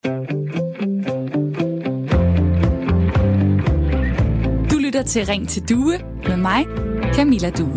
Du lytter til Ring til Due med mig, Camilla Due.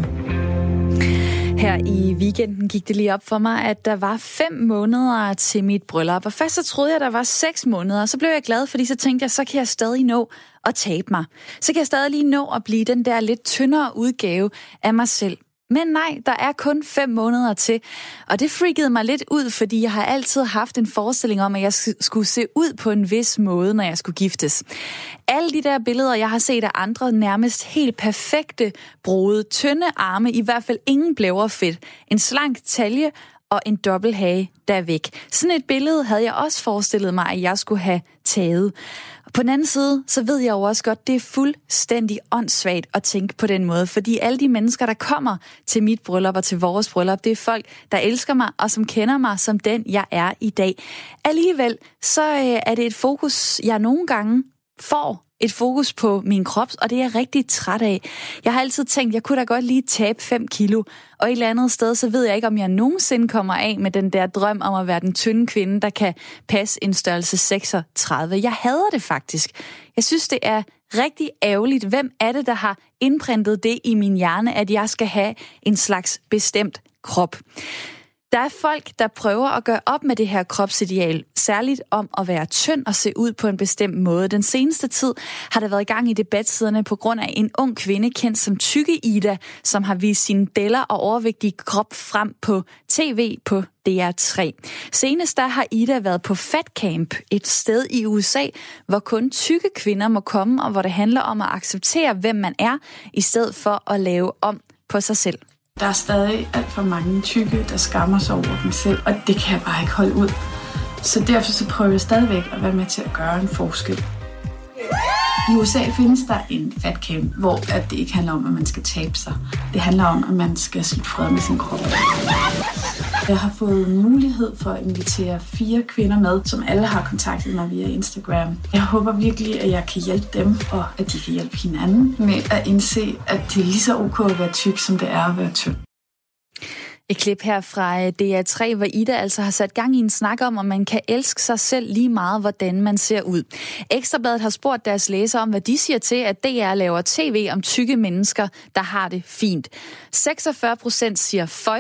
Her i weekenden gik det lige op for mig, at der var 5 måneder til mit bryllup. Og først så troede jeg, at der var 6 måneder. Så blev jeg glad, fordi så tænkte jeg, så kan jeg stadig nå at tabe mig. Så kan jeg stadig lige nå at blive den der lidt tyndere udgave af mig selv. Men nej, der er kun 5 måneder til. Og det freakede mig lidt ud, fordi jeg har altid haft en forestilling om, at jeg skulle se ud på en vis måde, når jeg skulle giftes. Alle de der billeder, jeg har set af andre, nærmest helt perfekte, brode, tynde arme, i hvert fald ingen blævrefedt, en slank talje og en dobbelthage, der er væk. Sådan et billede havde jeg også forestillet mig, at jeg skulle have taget. På den anden side, så ved jeg jo også godt, det er fuldstændig åndssvagt at tænke på den måde, fordi alle de mennesker, der kommer til mit bryllup og til vores bryllup, det er folk, der elsker mig og som kender mig som den, jeg er i dag. Alligevel, så er det et fokus, jeg nogle gange får. Et fokus på min krop, og det er jeg rigtig træt af. Jeg har altid tænkt, jeg kunne da godt lige tabe 5 kilo, og et eller andet sted, så ved jeg ikke, om jeg nogensinde kommer af med den der drøm om at være den tynde kvinde, der kan passe en størrelse 36. Jeg hader det faktisk. Jeg synes, det er rigtig ærgerligt. Hvem er det, der har indprintet det i min hjerne, at jeg skal have en slags bestemt krop? Der er folk, der prøver at gøre op med det her kropsideal, særligt om at være tynd og se ud på en bestemt måde. Den seneste tid har der været i gang i debatsiderne på grund af en ung kvinde, kendt som Tykke Ida, som har vist sine deller og overvægtige krop frem på tv på DR3. Senest der har Ida været på Fat Camp, et sted i USA, hvor kun tykke kvinder må komme, og hvor det handler om at acceptere, hvem man er, i stedet for at lave om på sig selv. Der er stadig alt for mange tykke, der skammer sig over dem selv, og det kan jeg bare ikke holde ud. Så derfor så prøver jeg stadigvæk at være med til at gøre en forskel. I USA findes der en fat camp, hvor at det ikke handler om, at man skal tabe sig. Det handler om, at man skal slutte fred med sin krop. Jeg har fået mulighed for at invitere 4 kvinder med, som alle har kontaktet mig via Instagram. Jeg håber virkelig, at jeg kan hjælpe dem, og at de kan hjælpe hinanden med at indse, at det er lige så ok at være tyk, som det er at være tynd. Et klip her fra DR3, hvor Ida altså har sat gang i en snak om man kan elske sig selv lige meget, hvordan man ser ud. Ekstrabladet har spurgt deres læsere om, hvad de siger til, at DR laver tv om tykke mennesker, der har det fint. 46% siger føj,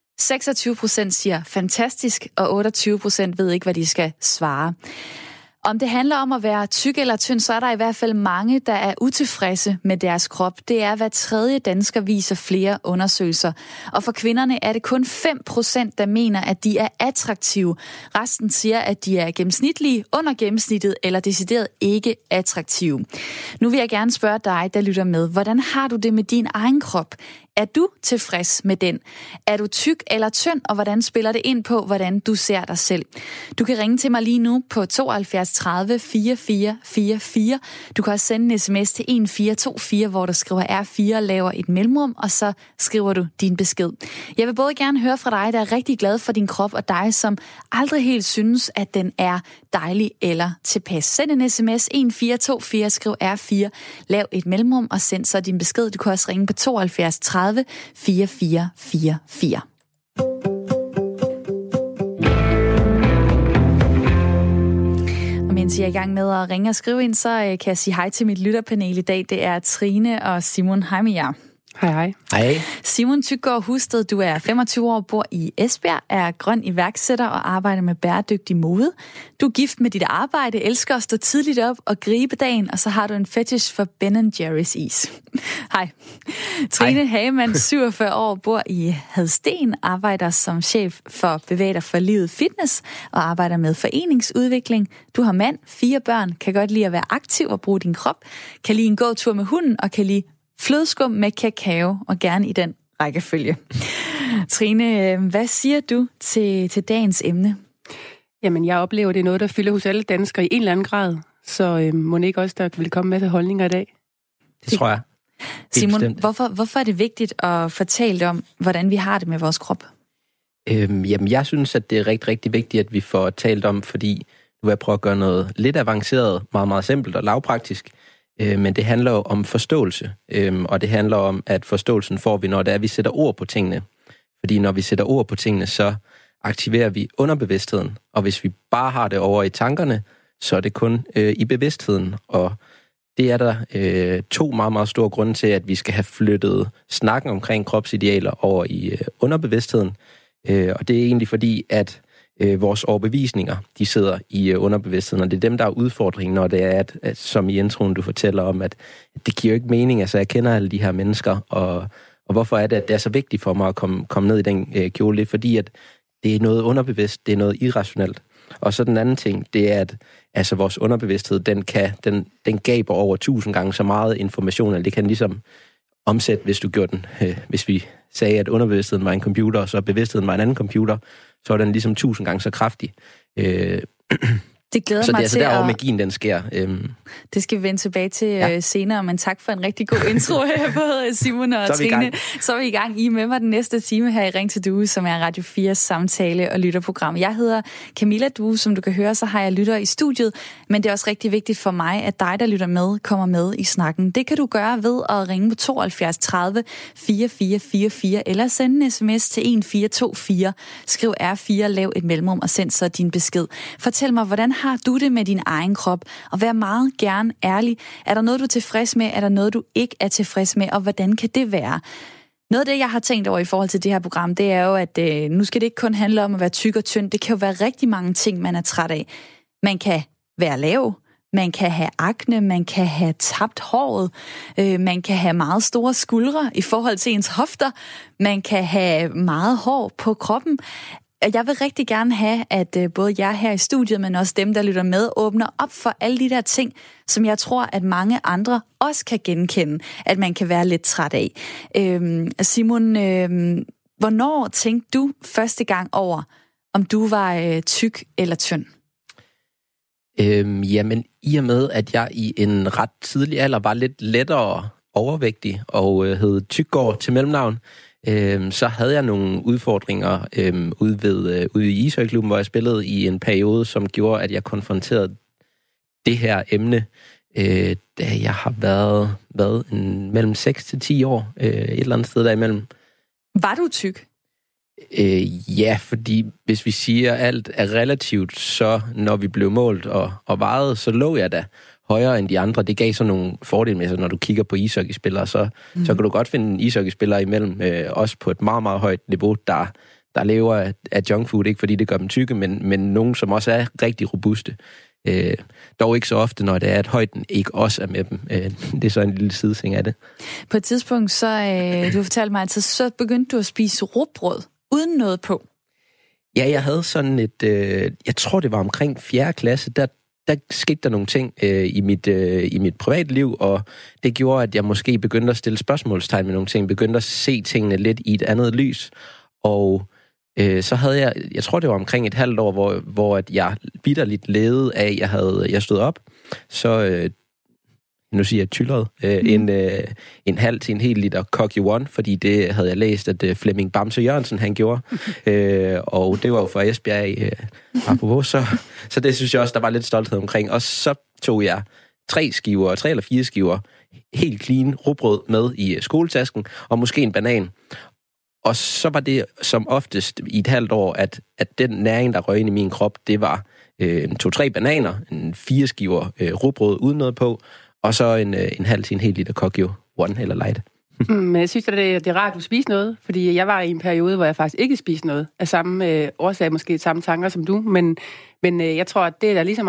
26% siger fantastisk, og 28% ved ikke, hvad de skal svare. Om det handler om at være tyk eller tynd, så er der i hvert fald mange, der er utilfredse med deres krop. Det er hver 3. dansker, viser flere undersøgelser. Og for kvinderne er det kun 5%, der mener, at de er attraktive. Resten siger, at de er gennemsnitlige, under gennemsnittet eller decideret ikke attraktive. Nu vil jeg gerne spørge dig, der lytter med. Hvordan har du det med din egen krop? Er du tilfreds med den? Er du tyk eller tynd, og hvordan spiller det ind på, hvordan du ser dig selv? Du kan ringe til mig lige nu på 72 30 44 44. Du kan også sende en sms til 1424, hvor du skriver R4, laver et mellemrum, og så skriver du din besked. Jeg vil både gerne høre fra dig, der er rigtig glad for din krop, og dig, som aldrig helt synes, at den er dejlig eller tilpas. Send en sms 1424, skriv R4, lav et mellemrum, og send så din besked. Du kan også ringe på 72 30 44 44. Og mens jeg er i gang med at ringe og skrive ind, så kan jeg sige hej til mit lytterpanel i dag. Det er Trine og Simon. Hej med jer. Hej, hej. Hej. Simon Tyggaard Husted, du er 25 år, bor i Esbjerg, er grøn iværksætter og arbejder med bæredygtig mode. Du er gift med dit arbejde, elsker at stå tidligt op og gribe dagen, og så har du en fetish for Ben & Jerry's is. Hej. Trine Hagemann, 47 år, bor i Hadsten, arbejder som chef for Bevæg dig for livet fitness og arbejder med foreningsudvikling. Du har mand, 4 børn, kan godt lide at være aktiv og bruge din krop, kan lide en gåtur med hunden og kan lide flødeskum med kakao, og gerne i den rækkefølge. Trine, hvad siger du til dagens emne? Jamen, jeg oplever, det er noget, der fylder hos alle danskere i en eller anden grad. Så må ikke også, der vil komme en masse holdninger i dag? Det tror jeg. Simon, hvorfor er det vigtigt at fortælle om, hvordan vi har det med vores krop? Jamen, jeg synes, at det er rigtig, rigtig vigtigt, at vi får talt om, fordi nu vil jeg prøve at gøre noget lidt avanceret, meget, meget simpelt og lavpraktisk. Men det handler jo om forståelse, og det handler om, at forståelsen får vi, når det er, vi sætter ord på tingene. Fordi når vi sætter ord på tingene, så aktiverer vi underbevidstheden. Og hvis vi bare har det over i tankerne, så er det kun i bevidstheden. Og det er der 2 meget, meget store grunde til, at vi skal have flyttet snakken omkring kropsidealer over i underbevidstheden. Og det er egentlig fordi, at vores overbevisninger, de sidder i underbevidstheden, og det er dem, der er udfordringen, når det er, at som i introen, du fortæller om, at det giver jo ikke mening, altså jeg kender alle de her mennesker, og hvorfor er det, at det er så vigtigt for mig at komme ned i den kjole? Det er fordi, at det er noget underbevidst, det er noget irrationelt. Og så den anden ting, det er, at altså, vores underbevidsthed, den gaber over 1000 gange så meget information, at det kan ligesom omsætte, hvis du gjorde den, hvis vi sagde, at underbevidstheden var en computer, og så bevidstheden var en anden computer, så er den ligesom 1000 gange så kraftig. Det glæder så mig det er altså til derovre magien, den sker. Det skal vi vende tilbage til senere, men tak for en rigtig god intro her, både Simon og Trine. Så er vi i gang. I er med mig den næste time her i Ring til Due, som er Radio 4's samtale- og lytterprogram. Jeg hedder Camilla Due, som du kan høre, så har jeg lytter i studiet, men det er også rigtig vigtigt for mig, at dig, der lytter med, kommer med i snakken. Det kan du gøre ved at ringe på 72 30 4444 eller sende en sms til 1424. Skriv R4, lav et mellemrum og send så din besked. Fortæl mig, hvordan har du det med din egen krop? Og vær meget gerne ærlig. Er der noget, du er tilfreds med? Er der noget, du ikke er tilfreds med? Og hvordan kan det være? Noget af det, jeg har tænkt over i forhold til det her program, det er jo, at nu skal det ikke kun handle om at være tyk og tynd. Det kan jo være rigtig mange ting, man er træt af. Man kan være lav. Man kan have akne, man kan have tabt håret, man kan have meget store skuldre i forhold til ens hofter, man kan have meget hår på kroppen. Jeg vil rigtig gerne have, at både jer her i studiet, men også dem, der lytter med, åbner op for alle de der ting, som jeg tror, at mange andre også kan genkende, at man kan være lidt træt af. Simon, hvornår tænkte du første gang over, om du var tyk eller tynd? Jamen, i og med, at jeg i en ret tidlig alder var lidt lettere overvægtig og hed Tykgaard til mellemnavn, så havde jeg nogle udfordringer ude i Ishøjklubben, hvor jeg spillede i en periode, som gjorde, at jeg konfronterede det her emne, da jeg har været mellem 6 til 10 år, et eller andet sted derimellem. Var du tyk? Ja, fordi hvis vi siger, at alt er relativt, så når vi blev målt og vejet, så lå jeg da højere end de andre. Det gav så nogle fordele med sig, når du kigger på ishockeyspillere, så kan du godt finde en ishockeyspiller imellem, også på et meget, meget højt niveau, der lever af junkfood, ikke fordi det gør dem tykke, men nogen, som også er rigtig robuste. Dog ikke så ofte, når det er, at højden ikke også er med dem. Det er så en lille sideting af det. På et tidspunkt, så du fortalte mig, at så begyndte du at spise rugbrød uden noget på. Ja, jeg havde sådan et, jeg tror det var omkring 4. klasse, der skete der nogle ting i mit privatliv, og det gjorde, at jeg måske begyndte at stille spørgsmålstegn med nogle ting, begyndte at se tingene lidt i et andet lys, og så havde jeg tror det var omkring et halvt år, hvor at jeg vitterligt levede af, jeg stod op, så nu siger jeg tylleret, en halv til en hel liter Cocky One, fordi det havde jeg læst, at Flemming Bamse Jørgensen, han gjorde. Og det var jo for Esbjerg apropos, så det synes jeg også, der var lidt stolthed omkring. Og så tog jeg 3 eller 4 skiver helt clean rugbrød med i skoletasken, og måske en banan. Og så var det som oftest i et halvt år, at den næring, der røg ind i min krop, det var 2-3 bananer, 4 skiver rugbrød uden noget på, og så en halv til en hel liter Cocky One eller light. Men jeg synes, at det er rart, at du spiser noget, fordi jeg var i en periode, hvor jeg faktisk ikke spiste noget. Af samme årsag, måske samme tanker som du, men jeg tror, at det er der lige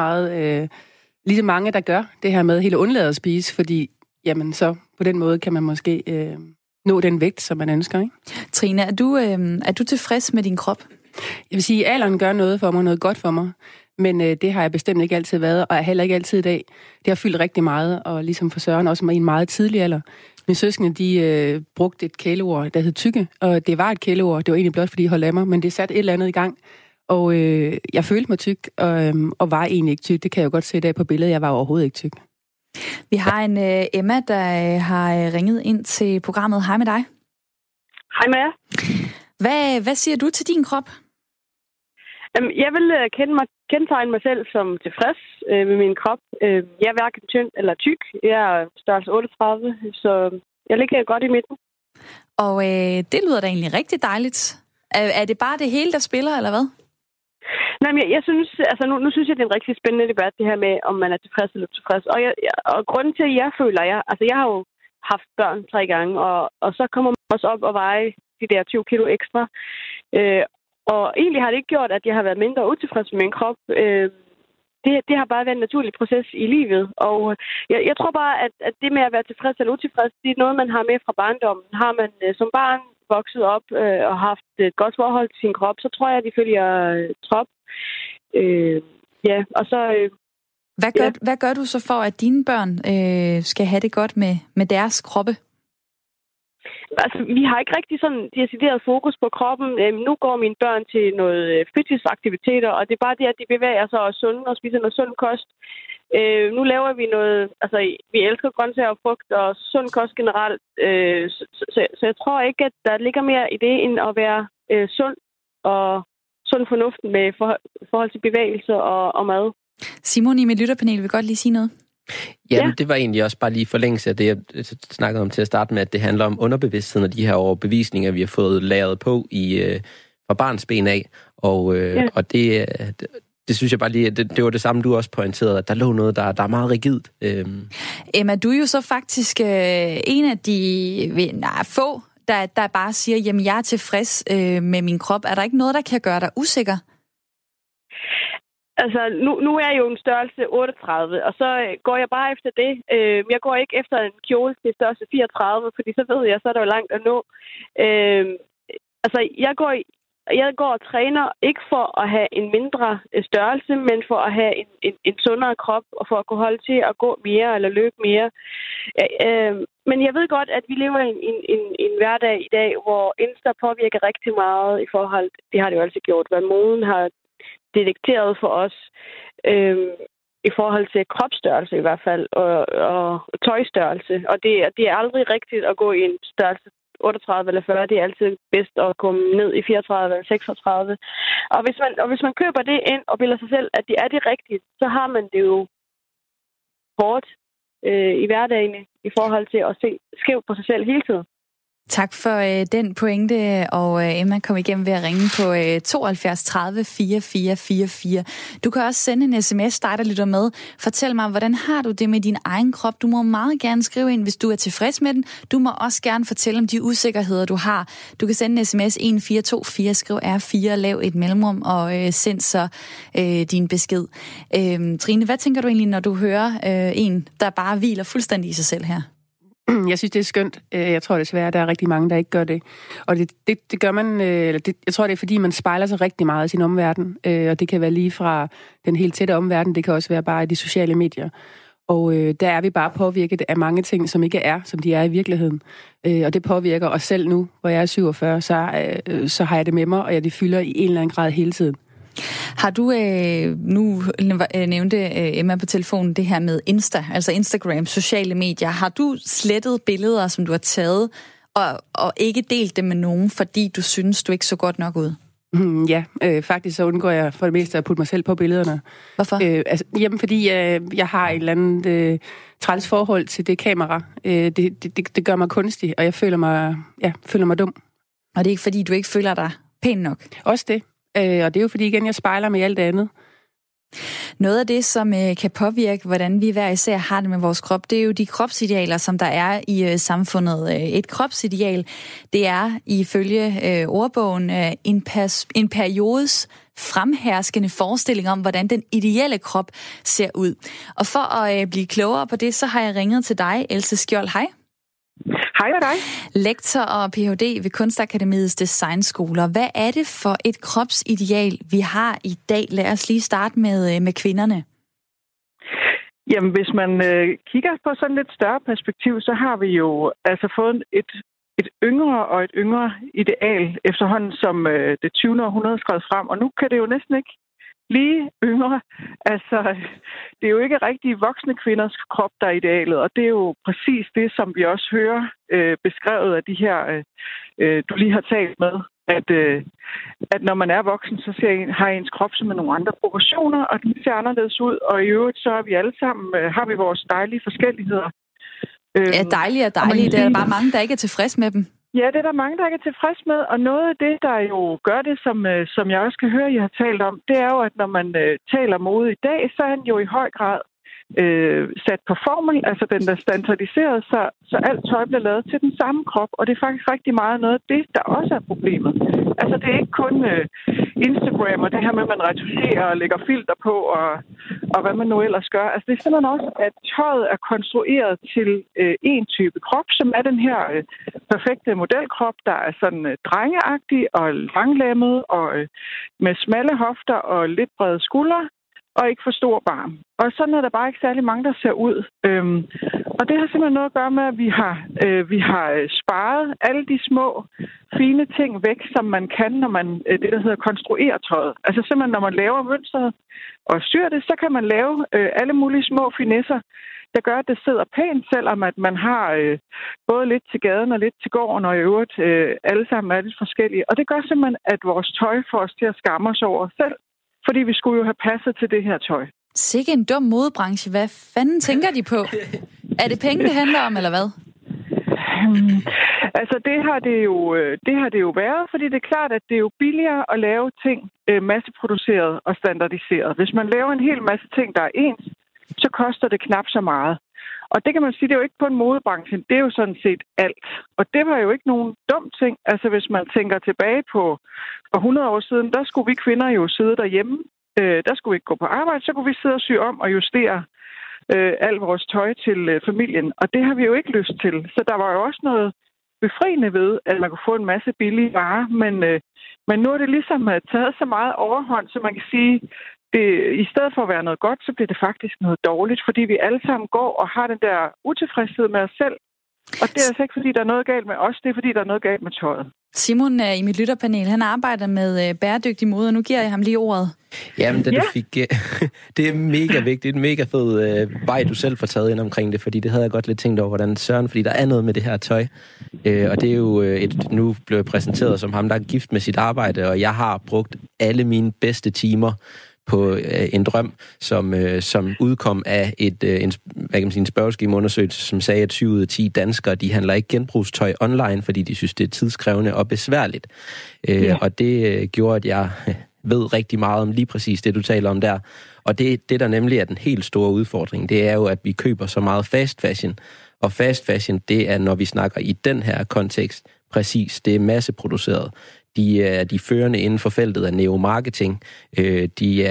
så mange, der gør det her med helt at undlade at spise, fordi jamen, så på den måde kan man måske nå den vægt, som man ønsker. Ikke? Trine, er du tilfreds med din krop? Jeg vil sige, at alderen gør noget for mig, noget godt for mig. Men det har jeg bestemt ikke altid været, og er heller ikke altid i dag. Det har fyldt rigtig meget, og ligesom for Søren også i en meget tidlig alder. Mine søskende, de brugte et kæleord, der hed tykke, og det var et kæleord. Det var egentlig blot, fordi de holdt af mig, men det satte et eller andet i gang. Og jeg følte mig tyk, og var egentlig ikke tyk. Det kan jeg jo godt se i dag på billedet. Jeg var overhovedet ikke tyk. Vi har en Emma, der har ringet ind til programmet. Hej med dig. Hej med jer. Hvad siger du til din krop? Jeg vil kendetegne mig selv som tilfreds med min krop. Jeg er hverken tynd eller tyk. Jeg er størrelse 38, så jeg ligger godt i midten. Og det lyder da egentlig rigtig dejligt. Er det bare det hele, der spiller, eller hvad? Nej, men jeg synes, altså nu synes jeg, det er en rigtig spændende debat, det her med, om man er tilfreds eller utilfreds. Og grunden til, at jeg føler, altså jeg har jo haft børn 3 gange, og så kommer man også op og veje de der 20 kilo ekstra. Og egentlig har det ikke gjort, at jeg har været mindre utilfreds med min krop. Det har bare været en naturlig proces i livet. Og jeg tror bare, at det med at være tilfreds eller utilfreds, det er noget, man har med fra barndommen. Har man som barn vokset op og haft et godt forhold til sin krop, så tror jeg, at de følger trop. Og så... Hvad gør du så for, at dine børn skal have det godt med deres kroppe? Altså, vi har ikke rigtig sådan decideret fokus på kroppen. Nu går mine børn til noget fritidsaktiviteter, og det er bare det, at de bevæger sig og sunde og spiser noget sund kost. Nu laver vi noget... Altså, vi elsker grøntsager og frugt og sund kost generelt. Så jeg tror ikke, at der ligger mere i det, end at være sund og sund fornuft med forhold til bevægelse og mad. Simon i mit lytterpanel vil godt lige sige noget. Jamen, det var egentlig også bare lige forlængelse af det, jeg snakkede om til at starte med, at det handler om underbevidstheden og de her overbevisninger, vi har fået læret på fra barnsben af. Og det synes jeg bare lige, det var det samme, du også pointerede, at der lå noget, der er meget rigidt. Emma, du er jo så faktisk en af de få, der bare siger, jamen jeg er tilfreds med min krop. Er der ikke noget, der kan gøre dig usikker? Altså, nu er jeg jo en størrelse 38, og så går jeg bare efter det. Jeg går ikke efter en kjole til størrelse 34, fordi så ved jeg, så er der jo langt at nå. Altså, jeg går og træner ikke for at have en mindre størrelse, men for at have en sundere krop, og for at kunne holde til at gå mere eller løbe mere. Men jeg ved godt, at vi lever i en hverdag i dag, hvor Insta påvirker rigtig meget i forhold... Det har det jo altid gjort, hvad moden har detekteret for os i forhold til kropsstørrelse i hvert fald, og tøjstørrelse. Og det er aldrig rigtigt at gå i en størrelse 38 eller 40. Det er altid bedst at komme ned i 34 eller 36. Og hvis man køber det ind og bilder sig selv, at det er det rigtigt, så har man det jo hårdt i hverdagen i forhold til at se skævt på sig selv hele tiden. Tak for den pointe, og Emma kom igennem ved at ringe på 72 30 44 44. Du kan også sende en sms, dig der lytter med. Fortæl mig, hvordan har du det med din egen krop? Du må meget gerne skrive ind, hvis du er tilfreds med den. Du må også gerne fortælle om de usikkerheder, du har. Du kan sende en sms 1424, skriv R4, lav et mellemrum og send så din besked. Trine, hvad tænker du egentlig, når du hører en, der bare hviler fuldstændig i sig selv her? Jeg synes, det er skønt. Jeg tror desværre, at der er rigtig mange, der ikke gør det. Og det gør man... jeg tror, det er, fordi man spejler sig rigtig meget i sin omverden. Og det kan være lige fra den helt tætte omverden. Det kan også være bare i de sociale medier. Og der er vi bare påvirket af mange ting, som ikke er, som de er i virkeligheden. Og det påvirker os selv nu, hvor jeg er 47. Så har jeg det med mig, og det fylder i en eller anden grad hele tiden. Har du, nu nævnte Emma på telefonen det her med Insta, altså Instagram, sociale medier. Har du slettet billeder, som du har taget, og ikke delt dem med nogen, fordi du synes, du ikke så godt nok ud? Ja, faktisk så undgår jeg for det meste at putte mig selv på billederne. Hvorfor? Fordi jeg har et eller andet træls forhold til det kamera. Det gør mig kunstig, og jeg føler mig dum. Og det er ikke fordi, du ikke føler dig pæn nok? Også det. Og det er jo fordi, igen, jeg spejler med alt det andet. Noget af det, som kan påvirke, hvordan vi hver især har det med vores krop, det er jo de kropsidealer, som der er i samfundet. Et kropsideal, det er ifølge ordbogen en periodes fremherskende forestilling om, hvordan den ideelle krop ser ud. Og for at blive klogere på det, så har jeg ringet til dig, Else Skjold. Hej. Hej med dig. Lektor og Ph.D. ved Kunstakademiets Designskoler. Hvad er det for et kropsideal, vi har i dag? Lad os lige starte med kvinderne. Jamen, hvis man kigger på sådan et større perspektiv, så har vi jo altså fået et yngre og et yngre ideal efterhånden, som det 20. århundrede skred frem. Og nu kan det jo næsten ikke blive yngre. Altså, det er jo ikke rigtig voksne kvinders krop, der er idealet, og det er jo præcis det, som vi også hører beskrevet af de her, du lige har talt med, at når man er voksen, så har ens krop som nogle andre proportioner, og den ser anderledes ud, og i øvrigt så er vi alle sammen, har vi vores dejlige forskelligheder. Ja, dejlige og dejlige. Der er bare mange, der ikke er tilfreds med dem. Ja, det er der mange, der ikke er tilfreds med, og noget af det, der jo gør det, som jeg også kan høre, I har talt om, det er jo, at når man taler mode i dag, så er den jo i høj grad sat på formel, altså den er standardiseret, så alt tøj bliver lavet til den samme krop, og det er faktisk rigtig meget noget af det, der også er problemet. Altså det er ikke kun Instagram og det her med, at man retusherer og lægger filter på, og hvad man nu ellers gør. Altså det er simpelthen også, at tøjet er konstrueret til en type krop, som er den her perfekte modelkrop, der er sådan drengeagtig og langlemmet og med smalle hofter og lidt brede skuldre, og ikke for stor barm. Og sådan er der bare ikke særlig mange, der ser ud. Og det har simpelthen noget at gøre med, at vi har sparet alle de små, fine ting væk, som man kan, når man det, der hedder konstruerer tøjet. Altså simpelthen, når man laver mønstret og syr det, så kan man lave alle mulige små finesser, der gør, at det sidder pænt, selvom at man har både lidt til gaden og lidt til gården, og i øvrigt alle sammen er lidt forskellige. Og det gør simpelthen, at vores tøj får os til at skamme os over os selv, fordi vi skulle jo have passet til det her tøj. Sikke en dum modebranche. Hvad fanden tænker de på? Er det penge, det handler om, eller hvad? Altså, det har det jo været, fordi det er klart, at det er jo billigere at lave ting masseproduceret og standardiseret. Hvis man laver en hel masse ting, der er ens, så koster det knap så meget. Og det kan man sige, det er jo ikke kun modebranchen, det er jo sådan set alt. Og det var jo ikke nogen dum ting. Altså hvis man tænker tilbage på for 100 år siden, der skulle vi kvinder jo sidde derhjemme. Der skulle vi ikke gå på arbejde, så kunne vi sidde og sy om og justere alt vores tøj til familien. Og det har vi jo ikke lyst til. Så der var jo også noget befriende ved, at man kunne få en masse billige varer. Men nu er det ligesom taget så meget overhånd, så man kan sige, i stedet for at være noget godt, så bliver det faktisk noget dårligt, fordi vi alle sammen går og har den der utilfredshed med os selv. Og det er altså ikke, fordi der er noget galt med os, det er, fordi der er noget galt med tøjet. Simon i mit lytterpanel, han arbejder med bæredygtig mode, og nu giver jeg ham lige ordet. Jamen, du fik... det er mega vigtigt, en mega fed vej, du selv får taget ind omkring det, fordi det havde jeg godt lidt tænkt over, hvordan søren, fordi der er noget med det her tøj. Og det er jo nu blev jeg præsenteret som ham, der er gift med sit arbejde, og jeg har brugt alle mine bedste timer på en drøm, som udkom af en spørgeskemaundersøgelse, som sagde, at 7 ud af 10 danskere, de handler ikke genbrugstøj online, fordi de synes, det er tidskrævende og besværligt. Og det gjorde, at jeg ved rigtig meget om lige præcis det, du taler om der. Og det der nemlig er den helt store udfordring, det er jo, at vi køber så meget fast fashion. Og fast fashion, det er, når vi snakker i den her kontekst, præcis, det er masseproduceret. De er førende inden for feltet af neomarketing. De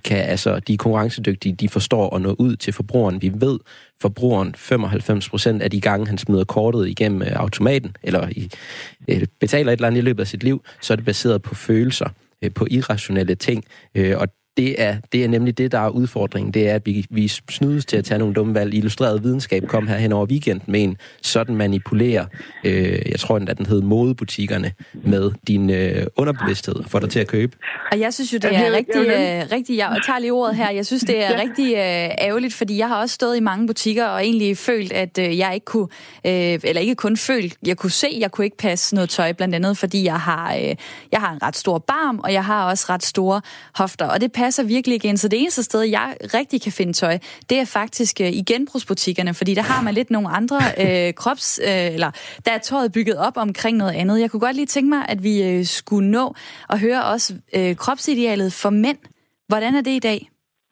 er konkurrencedygtige, de forstår at nå ud til forbrugeren. Vi ved, forbrugeren 95% af de gange, han smider kortet igennem automaten, eller betaler et eller andet i løbet af sit liv, så er det baseret på følelser, på irrationelle ting. Og det er nemlig det, der er udfordringen. Det er, at vi snydes til at tage nogle dumme valg. Illustreret videnskab kom her hen over weekenden med en sådan manipulerer, jeg tror endda, den hed modebutikkerne, med din underbevidsthed og får dig til at købe. Og jeg synes jo, det er rigtig, jeg tager lige ordet her, jeg synes, det er rigtig ærgerligt, fordi jeg har også stået i mange butikker og egentlig følt, at jeg ikke kunne, eller ikke kun følt, jeg kunne se, jeg kunne ikke passe noget tøj, blandt andet, fordi jeg har en ret stor barm, og jeg har også ret store hofter, og det passer virkelig ikke ind. Så det eneste sted, jeg rigtig kan finde tøj, det er faktisk i genbrugsbutikkerne, fordi der har man lidt nogle andre eller der er tøjet bygget op omkring noget andet. Jeg kunne godt lige tænke mig, at vi skulle nå at høre også kropsidealet for mænd. Hvordan er det i dag?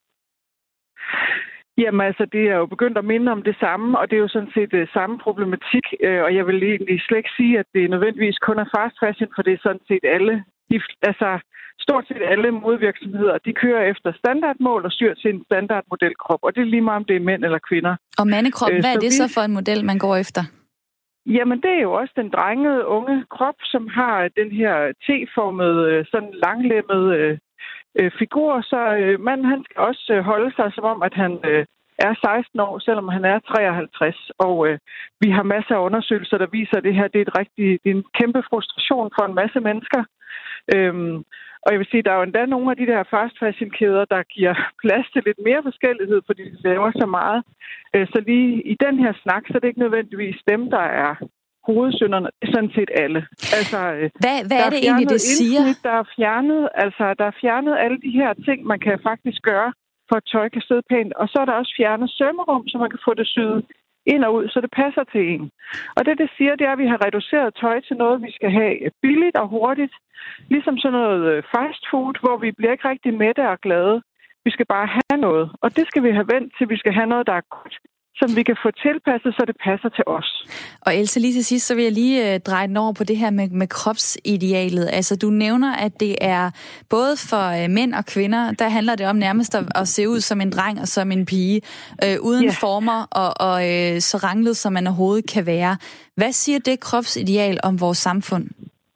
Jamen altså, det er jo begyndt at minde om det samme, og det er jo sådan set samme problematik, og jeg vil egentlig slet ikke sige, at det nødvendigvis kun er fast fashion, for det er sådan set alle, stort set alle modevirksomheder, de kører efter standardmål og styrer til en standardmodelkrop, og det er lige meget, om det er mænd eller kvinder. Og mandekrop, hvad er det så for en model, man går efter? Jamen, det er jo også den drengede unge krop, som har den her T-formede, sådan langlemmede figur, så manden, han skal også holde sig som om, at han er 16 år, selvom han er 53. Og vi har masser af undersøgelser, der viser, at det her det er en kæmpe frustration for en masse mennesker. Og jeg vil sige, der er jo endda nogle af de der fast fashion-kæder, der giver plads til lidt mere forskellighed, fordi de laver så meget. Så lige i den her snak, så er det ikke nødvendigvis dem, der er hovedsynderne. Det er sådan set alle. Altså, hvad er det egentlig, det siger? Der er fjernet alle de her ting, man kan faktisk gøre, for at tøj kan sidde pænt. Og så er der også fjernet sømmerum, så man kan få det syet ind og ud, så det passer til en. Og det siger, det er, at vi har reduceret tøj til noget, vi skal have billigt og hurtigt. Ligesom sådan noget fast food, hvor vi bliver ikke rigtig mætte og glade. Vi skal bare have noget. Og det skal vi have vendt til, vi skal have noget, der er godt, som vi kan få tilpasset, så det passer til os. Og Else, lige til sidst, så vil jeg lige dreje den over på det her med kropsidealet. Altså, du nævner, at det er både for mænd og kvinder, der handler det om nærmest at se ud som en dreng og som en pige, uden former og så ranglet, som man overhovedet kan være. Hvad siger det kropsideal om vores samfund?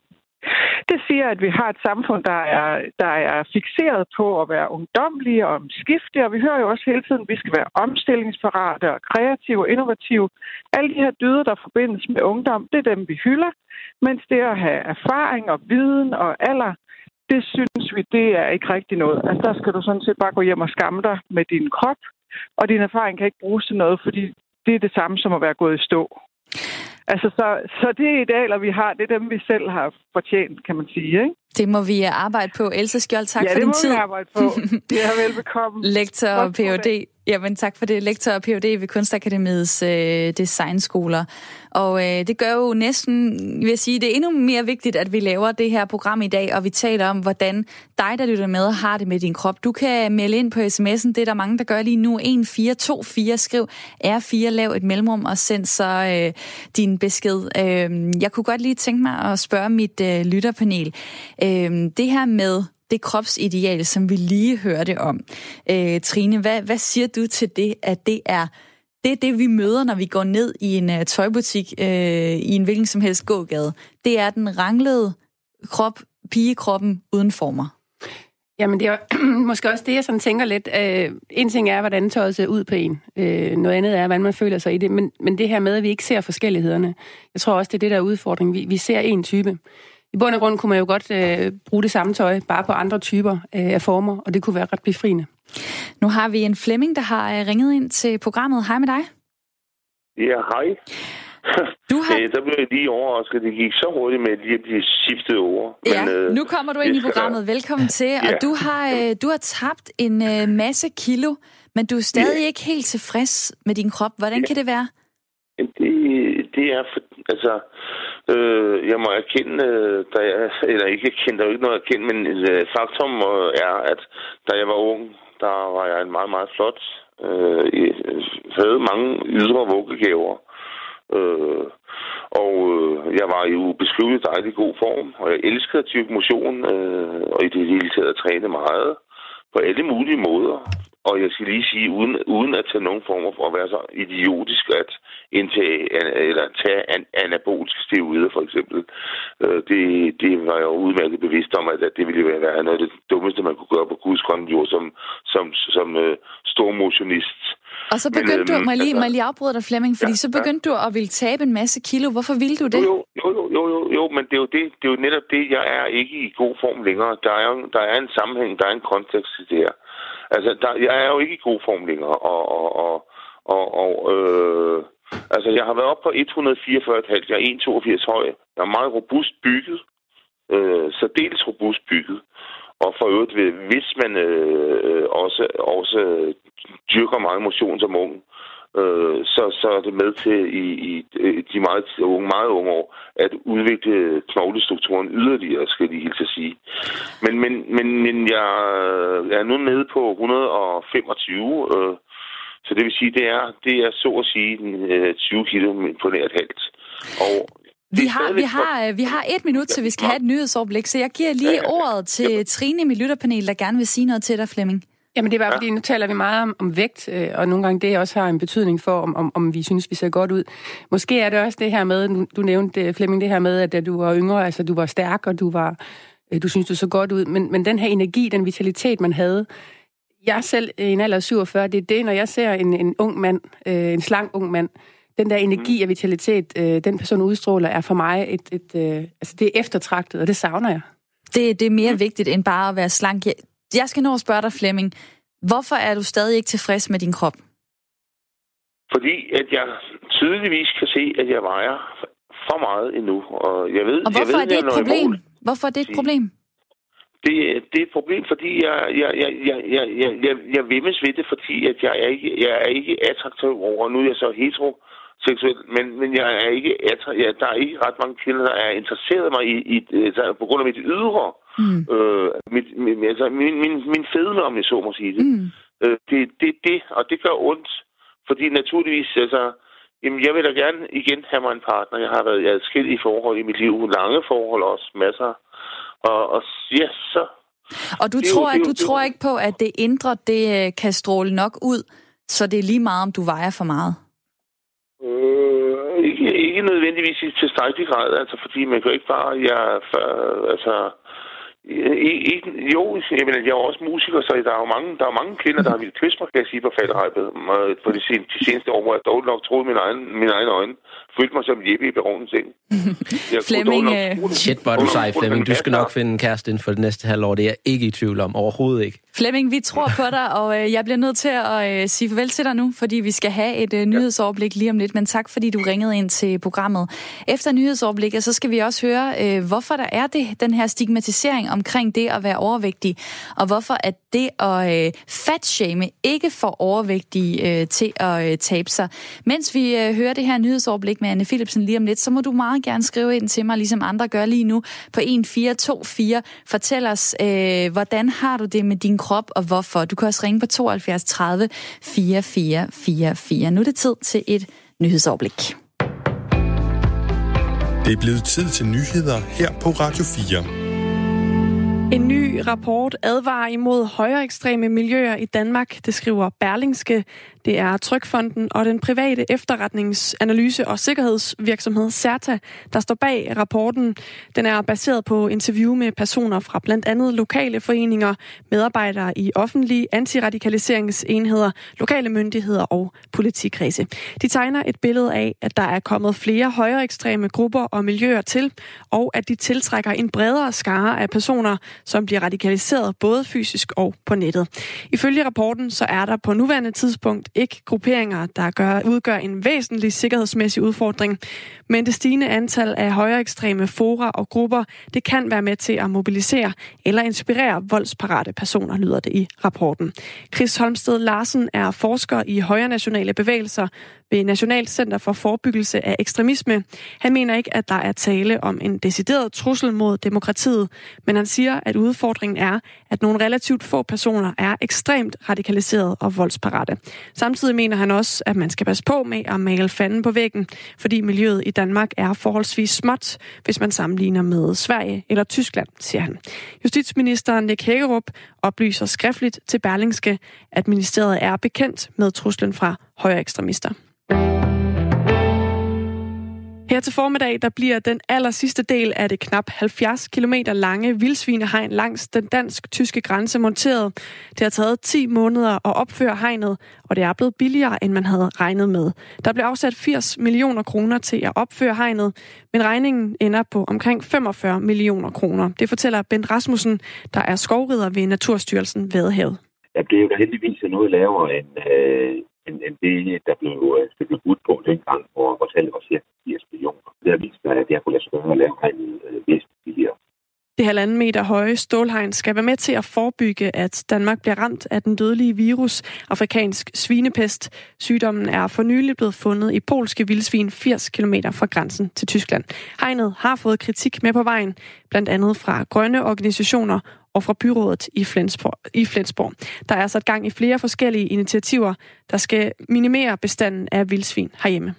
Det siger, at vi har et samfund, der er fikseret på at være ungdomlige og omskiftelige, og vi hører jo også hele tiden, at vi skal være omstillingsparate og kreative og innovative. Alle de her dyder, der forbindes med ungdom, det er dem, vi hylder, mens det at have erfaring og viden og alder, det synes vi, det er ikke rigtig noget. Altså, der skal du sådan set bare gå hjem og skamme dig med din krop, og din erfaring kan ikke bruges til noget, fordi det er det samme som at være gået i stå. Altså, så det idealer, vi har, det er dem, vi selv har fortjent, kan man sige, ikke? Det må vi arbejde på. Else Skjold, tak for din tid. Ja, det må vi arbejde på. Det er velbekomme. Lektor og Ph.D. Jamen, tak for det. Lektor og Ph.D. ved Kunstakademiets designskoler. Og det gør jo næsten, vil jeg sige, det er endnu mere vigtigt, at vi laver det her program i dag, og vi taler om, hvordan dig, der lytter med, har det med din krop. Du kan melde ind på sms'en, det er der mange, der gør lige nu, 1424, skriv R4, lav et mellemrum, og send så din besked. Jeg kunne godt lige tænke mig at spørge mit lytterpanel. Det her med det kropsideal, som vi lige hørte om. Trine, hvad siger du til det, at det er det, vi møder, når vi går ned i en tøjbutik i en hvilken som helst gågade? Det er den ranglede krop, pigekroppen uden former. Jamen, det er måske også det, jeg sådan tænker lidt. En ting er, hvordan tøjet ser ud på en. Noget andet er, hvordan man føler sig i det. Men det her med, at vi ikke ser forskellighederne. Jeg tror også, det er det, der er udfordringen. Vi ser en type. I bund og grund kunne man jo godt bruge det samme tøj, bare på andre typer af former, og det kunne være ret befriende. Nu har vi en Flemming, der har ringet ind til programmet. Hej med dig. Ja, hej. Der blev jeg lige overrasket. Det gik så hurtigt med lige at blive skiftet ord. Ja, men, nu kommer du ind i programmet. Velkommen til. Ja. Og du har tabt en masse kilo, men du er stadig ikke helt tilfreds med din krop. Hvordan kan det være? Det er altså... jeg må erkende, eller ikke erkende, der er jo ikke noget at erkende, men faktum er, at da jeg var ung, der var jeg en meget, meget flot. Havde mange ydre vuggegaver. Og jeg var i ubeskriveligt dejlig god form, og jeg elskede at dyrke motion, og i det hele taget at træne meget på alle mulige måder. Og jeg skal lige sige, uden at tage nogen former for at være så idiotisk at indtage eller tage anaboliske steroider for eksempel. Det var jeg jo udmærket bevidst om, at det ville være noget af det dummeste, man kunne gøre på Guds grønne jord som stor motionist. Og så begyndte du, må jeg lige afbryde dig, Flemming, fordi så begyndte du at ville tabe en masse kilo. Hvorfor ville du det? Jo, men det er jo netop det, jeg er ikke i god form længere. Der er en sammenhæng, der er en kontekst til det her. Altså, jeg er jo ikke i god form længere, altså, jeg har været op på 144,5, jeg er 1,82 høj. Jeg er meget robust bygget, særdeles robust bygget. Og for øvrigt, hvis man også dyrker meget motion som ung, så er det med til i de meget unge år at udvikle knoglestrukturen yderligere, skal jeg lige hilse at sige. Men jeg er nu nede på 125, så det vil sige, det er så at sige 20 kilo på nær et halvt. Og Vi har 1 minut, til vi skal have et nyhedsoverblik, så jeg giver lige ordet til Trine i mit lytterpanel, der gerne vil sige noget til dig, Flemming. Jamen det er bare fordi, nu taler vi meget om vægt, og nogle gange det også har en betydning for, om vi synes, vi ser godt ud. Måske er det også det her med, du nævnte, Flemming, det her med, at da du var yngre, altså du var stærk, og du synes, du så godt ud, men den her energi, den vitalitet, man havde. Jeg selv i en alder af 47, det er det, når jeg ser en ung mand, en slank ung mand, den der energi og vitalitet, den person udstråler, er for mig altså det er eftertragtet, og det savner jeg. Det er mere vigtigt end bare at være slank. Jeg skal nå at spørge dig, Flemming. Hvorfor er du stadig ikke tilfreds med din krop? Fordi at jeg tydeligvis kan se, at jeg vejer for meget endnu. Og hvorfor er det et problem? Hvorfor er det et problem? Det er et problem, fordi jeg vemmes ved det, fordi at jeg er ikke attraktiv over. Nu er jeg så heteroseksuel, men jeg er ikke der er ikke ret mange kvinder, der er interesseret mig i på grund af mit ydre. Min fedme, om jeg så må sige det. Det, og det gør ondt. Fordi naturligvis, jamen, jeg vil da gerne igen have mig en partner. Jeg har været i adskillige forhold i mit liv. Lange forhold også, masser. Og ja, så... Og du tror ikke på, at det indre, det kan stråle nok ud, så det er lige meget, om du vejer for meget? Ikke nødvendigvis i tilstrækkelig grad, altså, fordi man kan ikke bare... jeg er også musiker, så der er mange kvinder, der har ville kysse mig, kan jeg sige, på falderæbet. For de seneste år, hvor jeg dog nok troede mine egne øjne. Følte mig som Jeppe i Baronens seng. Flemming... Shit, hvor er du sej, Flemming. Du skal nok finde en kæreste inden for det næste halvår. Det er jeg ikke i tvivl om. Overhovedet ikke. Flemming, vi tror på dig, og jeg bliver nødt til at sige farvel til dig nu, fordi vi skal have et nyhedsoverblik lige om lidt. Men tak, fordi du ringede ind til programmet. Efter nyhedsoverblikket, så skal vi også høre, hvorfor der er den her stigmatisering omkring det at være overvægtig, og hvorfor at det at fatshame ikke får overvægtige til at tabe sig. Mens vi hører det her nyhedsoverblik med Anne Philipsen lige om lidt, så må du meget gerne skrive ind til mig, ligesom andre gør lige nu, på 1424. Fortæl os, hvordan har du det med din krop, og hvorfor. Du kan også ringe på 72 30 4444. Nu er det tid til et nyhedsoverblik. Det er blevet tid til nyheder her på Radio 4. En ny rapport advarer imod højreekstreme miljøer i Danmark, det skriver Berlingske. Det er Trygfonden og den private efterretningsanalyse- og sikkerhedsvirksomhed CERTA, der står bag rapporten. Den er baseret på interview med personer fra blandt andet lokale foreninger, medarbejdere i offentlige antiradikaliseringsenheder, lokale myndigheder og politikredse. De tegner et billede af, at der er kommet flere højreekstreme grupper og miljøer til, og at de tiltrækker en bredere skare af personer, som bliver radikaliseret både fysisk og på nettet. Ifølge rapporten så er der på nuværende tidspunkt ikke grupperinger, der udgør en væsentlig sikkerhedsmæssig udfordring, men det stigende antal af højreekstreme fora og grupper, det kan være med til at mobilisere eller inspirere voldsparate personer, lyder det i rapporten. Chris Holmsted Larsen er forsker i højrenationale bevægelser ved Nationalt Center for Forebyggelse af Ekstremisme. Han mener ikke, at der er tale om en decideret trussel mod demokratiet, men han siger, at udfordringen er, at nogle relativt få personer er ekstremt radikaliseret og voldsparate. Samtidig mener han også, at man skal passe på med at male fanden på væggen, fordi miljøet i Danmark er forholdsvis småt, hvis man sammenligner med Sverige eller Tyskland, siger han. Justitsminister Nick Hækkerup oplyser skriftligt til Berlingske, at ministeriet er bekendt med truslen fra højreekstremister. Her til formiddag, der bliver den allersidste del af det knap 70 km lange vildsvinehegn langs den dansk-tyske grænse monteret. Det har taget 10 måneder at opføre hegnet, og det er blevet billigere, end man havde regnet med. Der blev afsat 80 millioner kroner til at opføre hegnet, men regningen ender på omkring 45 millioner kroner. Det fortæller Bent Rasmussen, der er skovrider ved Naturstyrelsen Vadehavet. Ja, det er jo da heldigvis noget lavere end det, der blev budt på dengang, hvor tallet var cirka 80 millioner. Det har vist sig, at jeg kunne lade sig gøre at lave hegnet væsentligt billigere. Det 1,5 meter høje stålhegn skal være med til at forebygge, at Danmark bliver ramt af den dødelige virus, afrikansk svinepest. Sygdommen er for nylig blevet fundet i polske vildsvin 80 km fra grænsen til Tyskland. Hegnet har fået kritik med på vejen, blandt andet fra grønne organisationer og fra byrådet i Flensborg. Der er sat gang i flere forskellige initiativer, der skal minimere bestanden af vildsvin herhjemme.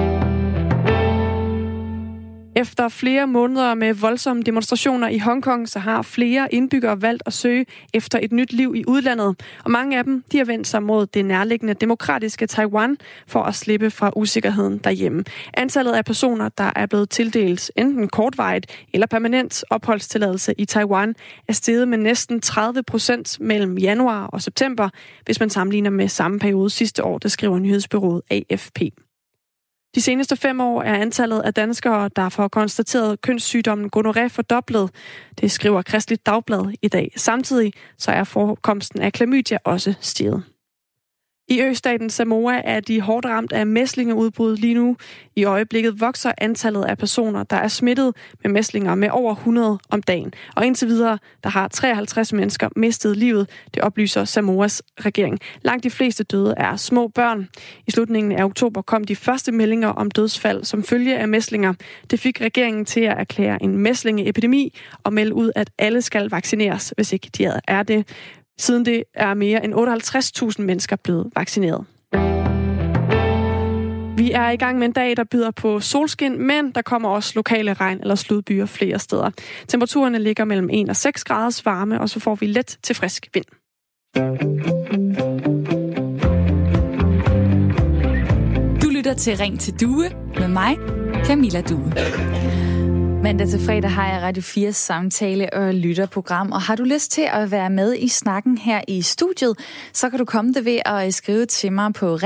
Efter flere måneder med voldsomme demonstrationer i Hongkong, så har flere indbyggere valgt at søge efter et nyt liv i udlandet. Og mange af dem, de har vendt sig mod det nærliggende demokratiske Taiwan for at slippe fra usikkerheden derhjemme. Antallet af personer, der er blevet tildelt enten kortvarigt eller permanent opholdstilladelse i Taiwan, er steget med næsten 30% mellem januar og september, hvis man sammenligner med samme periode sidste år, det skriver nyhedsbureauet AFP. De seneste 5 år er antallet af danskere, der får konstateret kønssygdommen gonorré fordoblet. Det skriver Kristeligt Dagblad i dag. Samtidig så er forekomsten af klamydia også steget. I østaten Samoa er de hårdt ramt af mæslingeudbrud lige nu. I øjeblikket vokser antallet af personer, der er smittet med mæslinger med over 100 om dagen. Og indtil videre, der har 53 mennesker mistet livet, det oplyser Samoas regering. Langt de fleste døde er små børn. I slutningen af oktober kom de første meldinger om dødsfald som følge af mæslinger. Det fik regeringen til at erklære en mæslingeepidemi og melde ud, at alle skal vaccineres, hvis ikke de er det. Siden det er mere end 58.000 mennesker blevet vaccineret. Vi er i gang med en dag, der byder på solskin, men der kommer også lokale regn- eller sludbyer flere steder. Temperaturerne ligger mellem 1 og 6 graders varme, og så får vi let til frisk vind. Du lytter til Ring til Due med mig, Camilla Due. Mandag til fredag har jeg Radio 4's samtale- og lytterprogram, og har du lyst til at være med i snakken her i studiet, så kan du komme det ved at skrive til mig på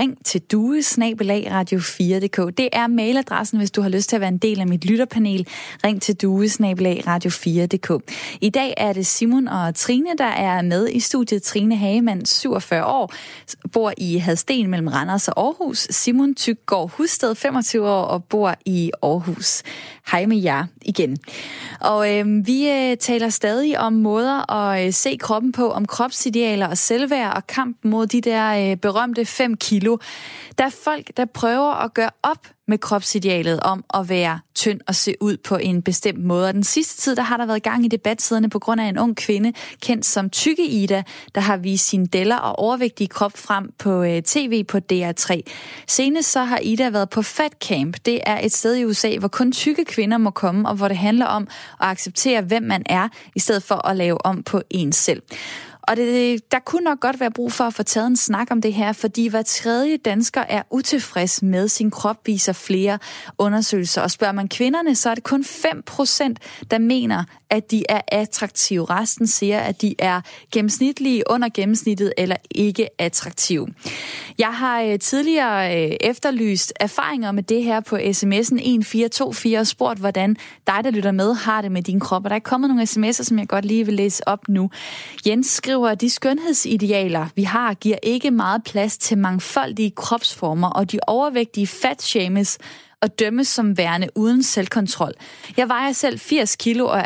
ring-til-due@radio4.dk. Det er mailadressen, hvis du har lyst til at være en del af mit lytterpanel, ring-til-due@radio4.dk. I dag er det Simon og Trine, der er med i studiet. Trine Hagemann, 47 år, bor i Hadsten mellem Randers og Aarhus. Simon Tyggaard Husted, 25 år, og bor i Aarhus. Hej med jer igen. Og vi taler stadig om måder at se kroppen på, om kropsidealer og selvværd og kamp mod de der berømte 5 kilo. Der er folk, der prøver at gøre op med kropsidealet om at være tynd og se ud på en bestemt måde. Og den sidste tid, der har der været gang i debatsiderne på grund af en ung kvinde, kendt som Tykke Ida, der har vist sin deller og overvægtige krop frem på tv på DR3. Senest så har Ida været på Fat Camp. Det er et sted i USA, hvor kun tykke kvinder må komme, og hvor det handler om at acceptere, hvem man er, i stedet for at lave om på en selv. Og der kunne nok godt være brug for at få taget en snak om det her, fordi hver tredje dansker er utilfreds med sin krop, viser flere undersøgelser. Og spørger man kvinderne, så er det kun 5%, der mener, at de er attraktive. Resten siger, at de er gennemsnitlige, under gennemsnittet eller ikke attraktive. Jeg har tidligere efterlyst erfaringer med det her på sms'en 1424 og spurgt, hvordan dig, der lytter med, har det med din krop. Og der er kommet nogle sms'er, som jeg godt lige vil læse op nu. Jens skriver, at de skønhedsidealer, vi har, giver ikke meget plads til mangfoldige kropsformer, og de overvægtige fatshames og dømmes som værende uden selvkontrol. Jeg vejer selv 80 kilo og er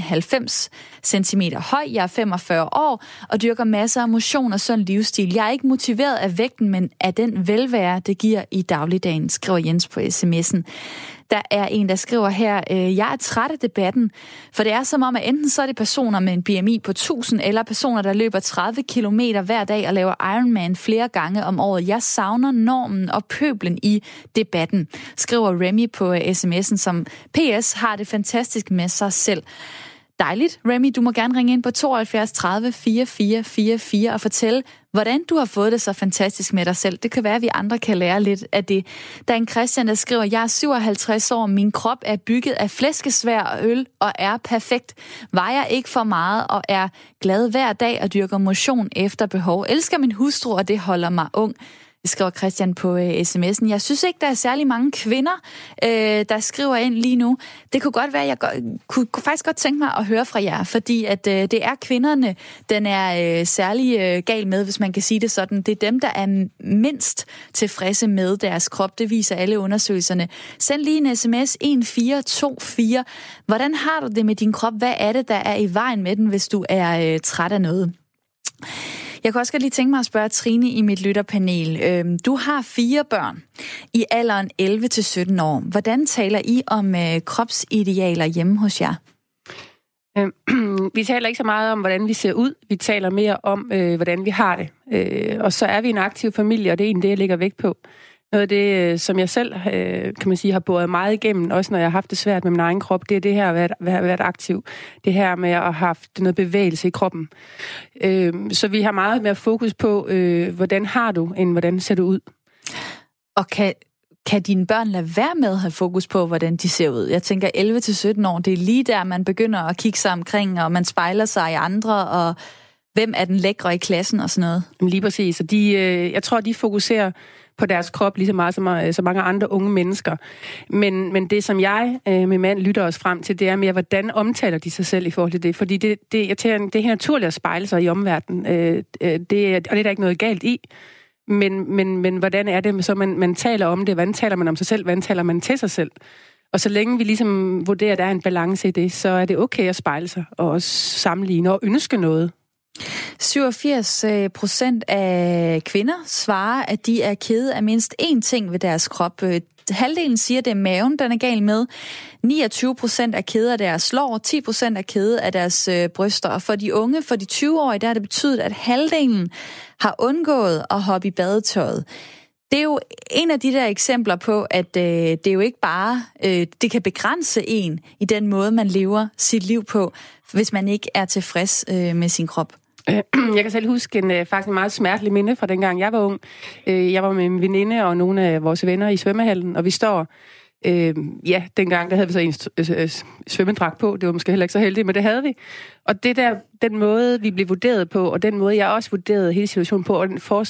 91 centimeter høj. Jeg er 45 år og dyrker masser af motion og sund livsstil. Jeg er ikke motiveret af vægten, men af den velvære, det giver i dagligdagen, skriver Jens på sms'en. Der er en, der skriver her, jeg er træt af debatten, for det er som om, at enten så er det personer med en BMI på 1000, eller personer, der løber 30 kilometer hver dag og laver Ironman flere gange om året. Jeg savner normen og pøblen i debatten, skriver Remy på sms'en, som PS har det fantastisk med sig selv. Dejligt. Remy, du må gerne ringe ind på 72 30 44 44 og fortælle, hvordan du har fået det så fantastisk med dig selv. Det kan være, at vi andre kan lære lidt af det. Der er en Christian, der skriver, jeg er 57 år, min krop er bygget af flæskesvær og øl og er perfekt. Vejer ikke for meget og er glad hver dag og dyrker motion efter behov. Elsker min hustru, og det holder mig ung. Det skriver Christian på sms'en. Jeg synes ikke, der er særlig mange kvinder, der skriver ind lige nu. Det kunne godt være, jeg kunne faktisk godt tænke mig at høre fra jer, fordi at det er kvinderne, den er særlig gal med, hvis man kan sige det sådan. Det er dem, der er mindst tilfredse med deres krop. Det viser alle undersøgelserne. Send lige en sms 1424. Hvordan har du det med din krop? Hvad er det, der er i vejen med den, hvis du er træt af noget? Jeg kunne også godt lige tænke mig at spørge Trine i mit lytterpanel. Du har 4 børn i alderen 11-17 år. Hvordan taler I om kropsidealer hjemme hos jer? Vi taler ikke så meget om, hvordan vi ser ud. Vi taler mere om, hvordan vi har det. Og så er vi en aktiv familie, og det er egentlig det, jeg lægger vægt på. Noget af det, som jeg selv, kan man sige, har båret meget igennem, også når jeg har haft det svært med min egen krop, det er det her at være aktiv. Det her med at have haft noget bevægelse i kroppen. Så vi har meget mere fokus på, hvordan har du, end hvordan ser du ud. Og kan dine børn lade være med at have fokus på, hvordan de ser ud? Jeg tænker 11-17 år, det er lige der, man begynder at kigge sig omkring, og man spejler sig i andre, og hvem er den lækre i klassen og sådan noget? Lige præcis. Og jeg tror, de fokuserer på deres krop lige så meget som mange andre unge mennesker. Men det, som jeg med mand lytter os frem til, det er mere, hvordan omtaler de sig selv i forhold til det. Fordi det er helt naturligt at spejle sig i omverdenen. Og det er der ikke noget galt i. Men hvordan er det, så man taler om det? Hvordan taler man om sig selv? Hvordan taler man til sig selv? Og så længe vi ligesom vurderer, at der er en balance i det, så er det okay at spejle sig og også sammenligne og ønske noget. 87% af kvinder svarer, at de er kede af mindst én ting ved deres krop. Halvdelen siger, at det er maven, den er gal med. 29% er kede af deres lår, 10% er kede af deres bryster. Og for de unge, for de 20-årige, der har det betydet, at halvdelen har undgået at hoppe i badetøjet. Det er jo en af de der eksempler på, at det er jo ikke bare, det kan begrænse en i den måde, man lever sit liv på, hvis man ikke er tilfreds med sin krop. Jeg kan selv huske faktisk en meget smertelig minde fra dengang jeg var ung. Jeg var med en veninde og nogle af vores venner i svømmehallen, og vi står, dengang der havde vi så en svømmedragt på. Det var måske heller ikke så heldigt, men det havde vi. Og det der, den måde, vi blev vurderet på, og den måde, jeg også vurderede hele situationen på, og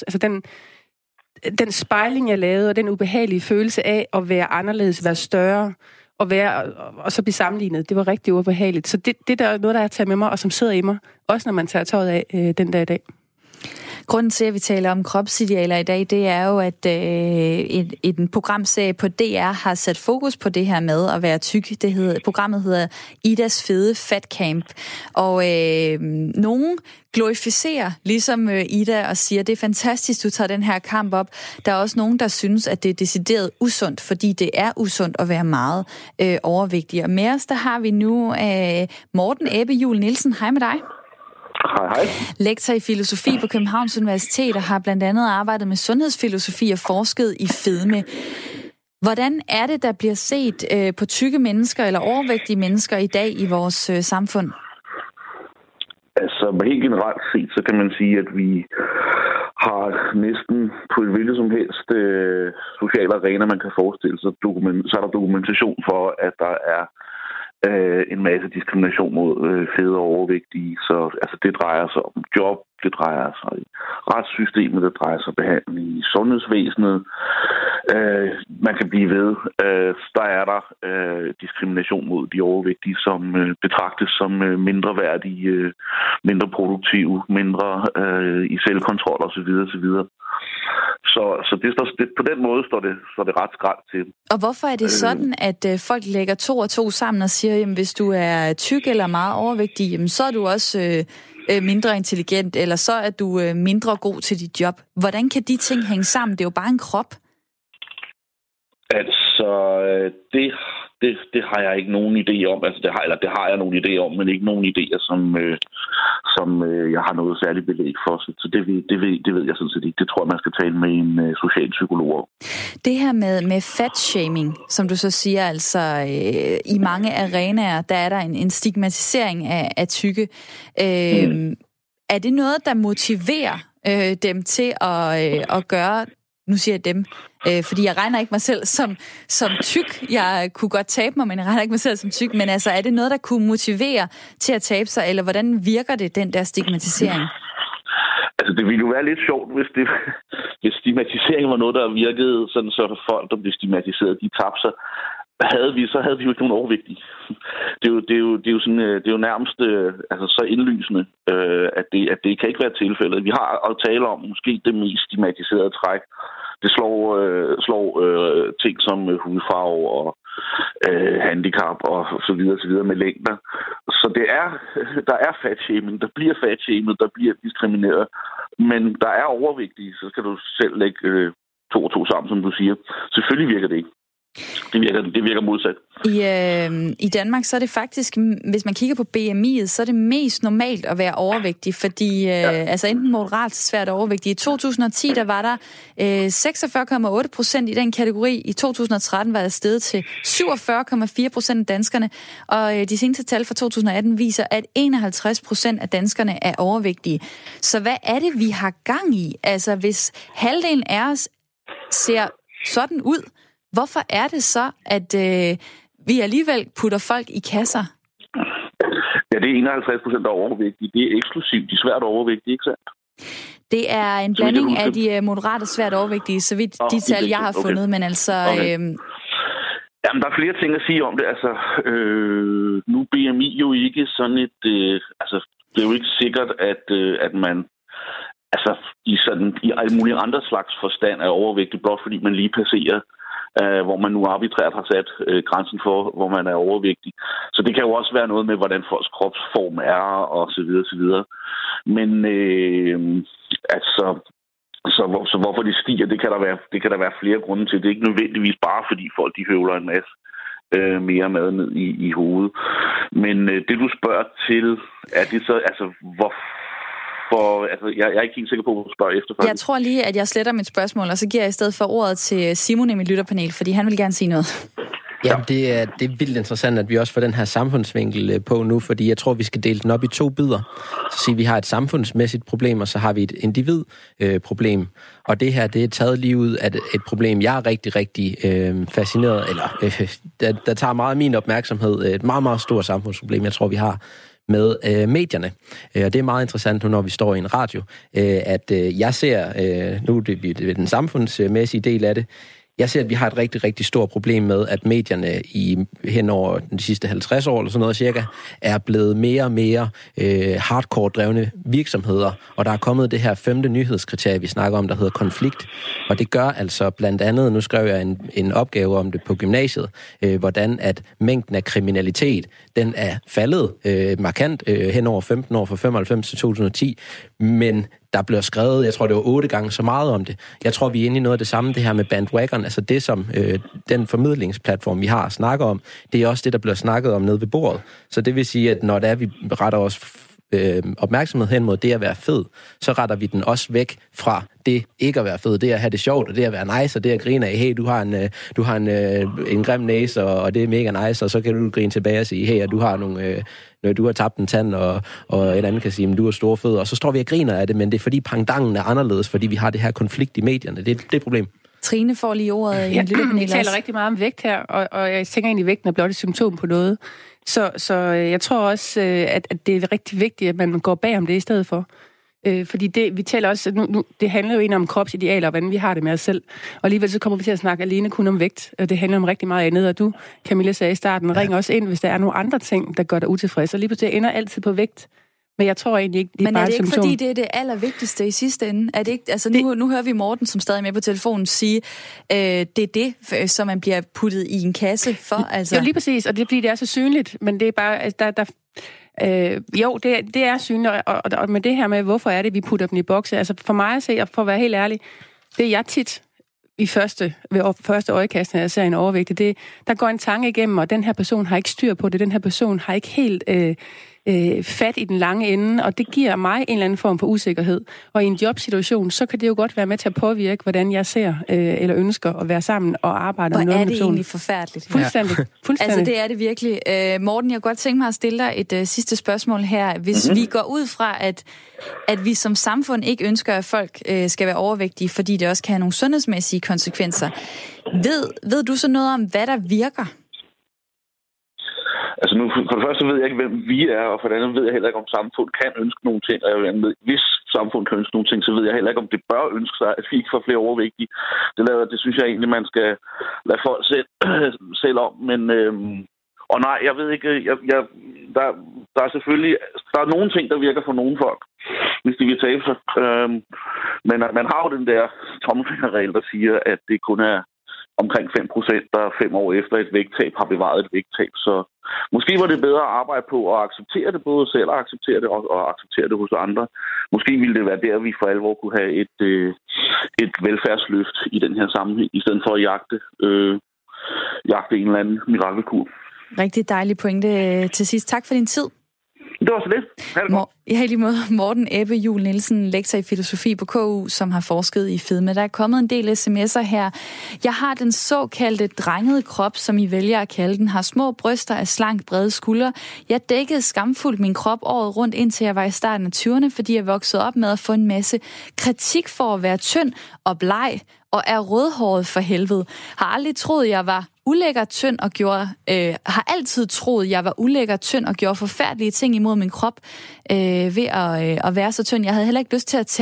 den spejling, jeg lavede, og den ubehagelige følelse af at være anderledes, være større, og så blive sammenlignet, det var rigtig ubehageligt. Så det der er noget, der er taget med mig, og som sidder i mig, også når man tager tøjet af den der i dag. Grunden til, at vi taler om kropsidealer i dag, det er jo, at en programserie på DR har sat fokus på det her med at være tyk. Programmet hedder Idas Fede Fat Camp. Og nogen glorificerer ligesom Ida og siger, det er fantastisk, du tager den her kamp op. Der er også nogen, der synes, at det er decideret usundt, fordi det er usundt at være meget overvægtig. Og med os, der har vi nu Morten Ebbe Juhl Nielsen. Hej med dig. Hej. Lektor i filosofi på Københavns Universitet og har blandt andet arbejdet med sundhedsfilosofi og forsket i fedme. Hvordan er det, der bliver set på tykke mennesker eller overvægtige mennesker i dag i vores samfund? Altså helt generelt set, så kan man sige, at vi har næsten på et hvilket som helst sociale arena, man kan forestille sig, så er der dokumentation for, at der er en masse diskrimination mod fede og overvægtige. Så altså, det drejer sig om job, det drejer sig i retssystemet, det drejer sig om behandling i sundhedsvæsenet. Man kan blive ved. Der er der diskrimination mod de overvægtige, som betragtes som mindre værdige, mindre produktive, mindre i selvkontrol osv. osv. Så det, på den måde står det ret skralt til. Og hvorfor er det sådan, at folk lægger 2 og 2 sammen og siger, jamen, hvis du er tyk eller meget overvægtig, jamen, så er du også mindre intelligent, eller så er du mindre god til dit job. Hvordan kan de ting hænge sammen? Det er jo bare en krop. Altså, det har jeg ikke nogen idé om. Altså, det har jeg nogen idé om, men ikke nogen idéer, som jeg har noget særligt belæg for. Så det ved jeg sådan set ikke. Det tror jeg, man skal tale med en socialpsykolog om. Det her med fat-shaming, som du så siger, altså i mange arenaer, der er der en stigmatisering af tykke. Er det noget, der motiverer dem til at gøre, nu siger jeg dem, fordi jeg regner ikke mig selv som tyk. Jeg kunne godt tabe mig, men jeg regner ikke mig selv som tyk. Men altså, er det noget, der kunne motivere til at tabe sig, eller hvordan virker det, den der stigmatisering? Altså, det ville jo være lidt sjovt, hvis stigmatisering var noget, der virkede sådan, så folk, der blev stigmatiseret, de tabte sig. Så havde vi jo ikke nogen overvægtige. Det er jo nærmest altså, så indlysende, at det kan ikke være tilfældet. Vi har at tale om måske det mest stigmatiserede træk. Det slår ting som hudfarve og handicap og så videre med længder. Så der er fatshaming, der bliver fatshamed, der bliver diskrimineret. Men der er overvægtige, så skal du selv lægge 2 og 2 sammen, som du siger. Selvfølgelig virker det ikke. Det virker modsat. I Danmark, så er det faktisk, hvis man kigger på BMI'et, så er det mest normalt at være overvægtig, fordi altså enten moderat til svært overvægtig. I 2010, der var der 46,8% i den kategori. I 2013 var det steget til 47,4% af danskerne. Og de seneste tal fra 2018 viser, at 51% af danskerne er overvægtige. Så hvad er det, vi har gang i? Altså, hvis halvdelen af os ser sådan ud, hvorfor er det så, at vi alligevel putter folk i kasser? Ja, det er 51% af overvægtige. Det er eksklusivt de svært overvægtige, ikke sandt? Det er en blanding af de moderate svært overvægtige, så vidt de tal, jeg har fundet, men altså... Okay. Jamen, der er flere ting at sige om det. Altså, nu er BMI jo ikke sådan et... altså, det er jo ikke sikkert, at man i alle mulige andre slags forstand er overvægtig, blot fordi man lige passerer, hvor man nu arbitrært har sat grænsen for, hvor man er overvægtig. Så det kan jo også være noget med, hvordan folks kropsform er, og så videre, så videre. Men så hvorfor det stiger, det kan der være flere grunde til. Det er ikke nødvendigvis bare, fordi folk de høvler en masse mere mad ned i hovedet. Men det, du spørger til, er det så, jeg er ikke helt sikker på, hvad du spørger efter. Jeg tror lige, at jeg sletter mit spørgsmål, og så giver jeg i stedet for ordet til Simon i mit lytterpanel, fordi han vil gerne sige noget. Ja, det er vildt interessant, at vi også får den her samfundsvinkel på nu, fordi jeg tror, vi skal dele den op i 2 bidder. Så sige, vi har et samfundsmæssigt problem, og så har vi et individproblem. Og det her, det er taget lige ud af et problem, jeg er rigtig, rigtig fascineret, eller der tager meget af min opmærksomhed. Et meget, meget stort samfundsproblem, jeg tror, vi har med medierne. Og det er meget interessant nu, når vi står i en radio, at jeg ser, nu er det den samfundsmæssige del af det, jeg ser, at vi har et rigtig, rigtig stort problem med, at medierne hen over de sidste 50 år, eller sådan noget cirka, er blevet mere og mere hardcore-drevne virksomheder. Og der er kommet det her 5. nyhedskriterie, vi snakker om, der hedder konflikt. Og det gør altså blandt andet, nu skrev jeg en opgave om det på gymnasiet, hvordan at mængden af kriminalitet, den er faldet markant hen over 15 år, fra 95 til 2010, men der blev skrevet, jeg tror det var 8 gange så meget om det. Jeg tror, vi er inde i noget af det samme, det her med bandwagon, altså det som den formidlingsplatform, vi har snakker om, det er også det, der bliver snakket om nede ved bordet. Så det vil sige, at når det er, vi retter os opmærksomhed hen mod det at være fed, så retter vi den også væk fra det ikke at være fed, det at have det sjovt, og det at være nice, og det at grine af, hey, du har en grim næse, og det er mega nice, og så kan du grine tilbage og sige, hey, du har du har tabt en tand, og en anden kan sige, men du er store fødder, og så står vi og griner af det, men det er fordi pangdangen er anderledes, fordi vi har det her konflikt i medierne. Det er et problem. Trine får lige ordet i en lille panel. Vi taler rigtig meget om vægt her, og jeg tænker egentlig, at vægten er blot et symptom på noget. Så jeg tror også, at det er rigtig vigtigt, at man går bag om det i stedet for. Fordi vi taler også, nu, det handler jo egentlig om kropsidealer, og hvordan vi har det med os selv. Og alligevel så kommer vi til at snakke alene kun om vægt, og det handler om rigtig meget andet. Og du, Camilla, sagde i starten, ring også ind, hvis der er nogle andre ting, der gør dig utilfreds. Og lige pludselig ender altid på vægt. Men jeg tror egentlig ikke, det er bare et symptom. Men er det ikke, fordi det er det allervigtigste i sidste ende? Er det ikke, altså nu hører vi Morten, som stadig er med på telefonen, sige, det er det, som man bliver puttet i en kasse for. Altså. Jo, lige præcis, og det er fordi, det er så synligt. Men det er bare, altså, det er synligt, og med det her med, hvorfor er det, vi putter dem i bokse? Altså for mig at se, og for at være helt ærlig, det er jeg tit ved første øjekast, når jeg ser en overvægtig, der går en tanke igennem, og den her person har ikke styr på det, den her person har ikke helt fat i den lange ende, og det giver mig en eller anden form for usikkerhed. Og i en jobsituation, så kan det jo godt være med til at påvirke, hvordan jeg ser eller ønsker at være sammen og arbejde med noget med personen. Og er det egentlig forfærdeligt? Fuldstændig. Altså det er det virkelig. Morten, jeg kunne godt tænke mig at stille dig et sidste spørgsmål her. Hvis vi går ud fra, at vi som samfund ikke ønsker, at folk skal være overvægtige, fordi det også kan have nogle sundhedsmæssige konsekvenser. Ved du så noget om, hvad der virker? Altså nu, for det første ved jeg ikke, hvem vi er, og for det andet ved jeg heller ikke, om samfundet kan ønske nogle ting. Og hvis samfundet kan ønske nogle ting, så ved jeg heller ikke, om det bør ønske sig, at vi ikke får flere overvægtige. Det synes jeg egentlig, man skal lade folk selv om. Men, og nej, jeg ved ikke, der er selvfølgelig, der er nogle ting, der virker for nogle folk, hvis de vil tabe sig. Men man har jo den der tommelfingerregel, der siger, at det kun er omkring 5%, der 5 år efter et vægttab har bevaret et vægttab. Så måske var det bedre at arbejde på at acceptere det, både selv og acceptere det, og acceptere det hos andre. Måske ville det være der, vi for alvor kunne have et velfærdsløft i den her sammenhæng, i stedet for at jagte en eller anden mirakelkur. Rigtig dejlig pointe til sidst. Tak for din tid. Det var så lidt. Ja, lige måde. Morten Ebbe Juhl Nielsen, lektor i filosofi på KU, som har forsket i fedme. Der er kommet en del sms'er her. Jeg har den såkaldte drengede krop, som I vælger at kalde den, har små bryster af slank brede skuldre. Jeg dækkede skamfuldt min krop året rundt, indtil jeg var i starten af 20'erne, fordi jeg voksede op med at få en masse kritik for at være tynd og bleg og er rødhåret for helvede. Har aldrig troet, jeg var ulækker tynd og har altid troet, jeg var ulækker tynd og gjorde forfærdelige ting imod min krop ved at være så tynd. Jeg havde heller ikke lyst til at tage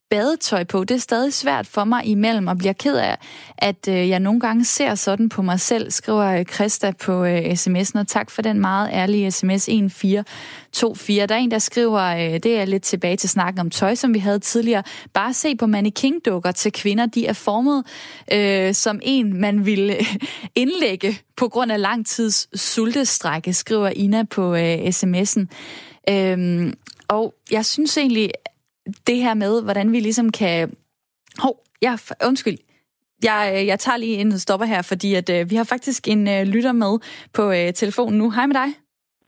badetøj på. Det er stadig svært for mig imellem, og bliver ked af, at jeg nogle gange ser sådan på mig selv, skriver Christa på sms'en, og tak for den meget ærlige sms 1424. Der er en, der skriver, det er lidt tilbage til snakken om tøj, som vi havde tidligere. Bare se på mannequin-dukker til kvinder, de er formet som en, man ville indlægge på grund af lang tids sultestrække, skriver Ina på sms'en. Og jeg synes egentlig, det her med, hvordan vi ligesom kan... Undskyld. Jeg tager lige en stopper her, fordi at, vi har faktisk en lytter med på telefonen nu. Hej med dig.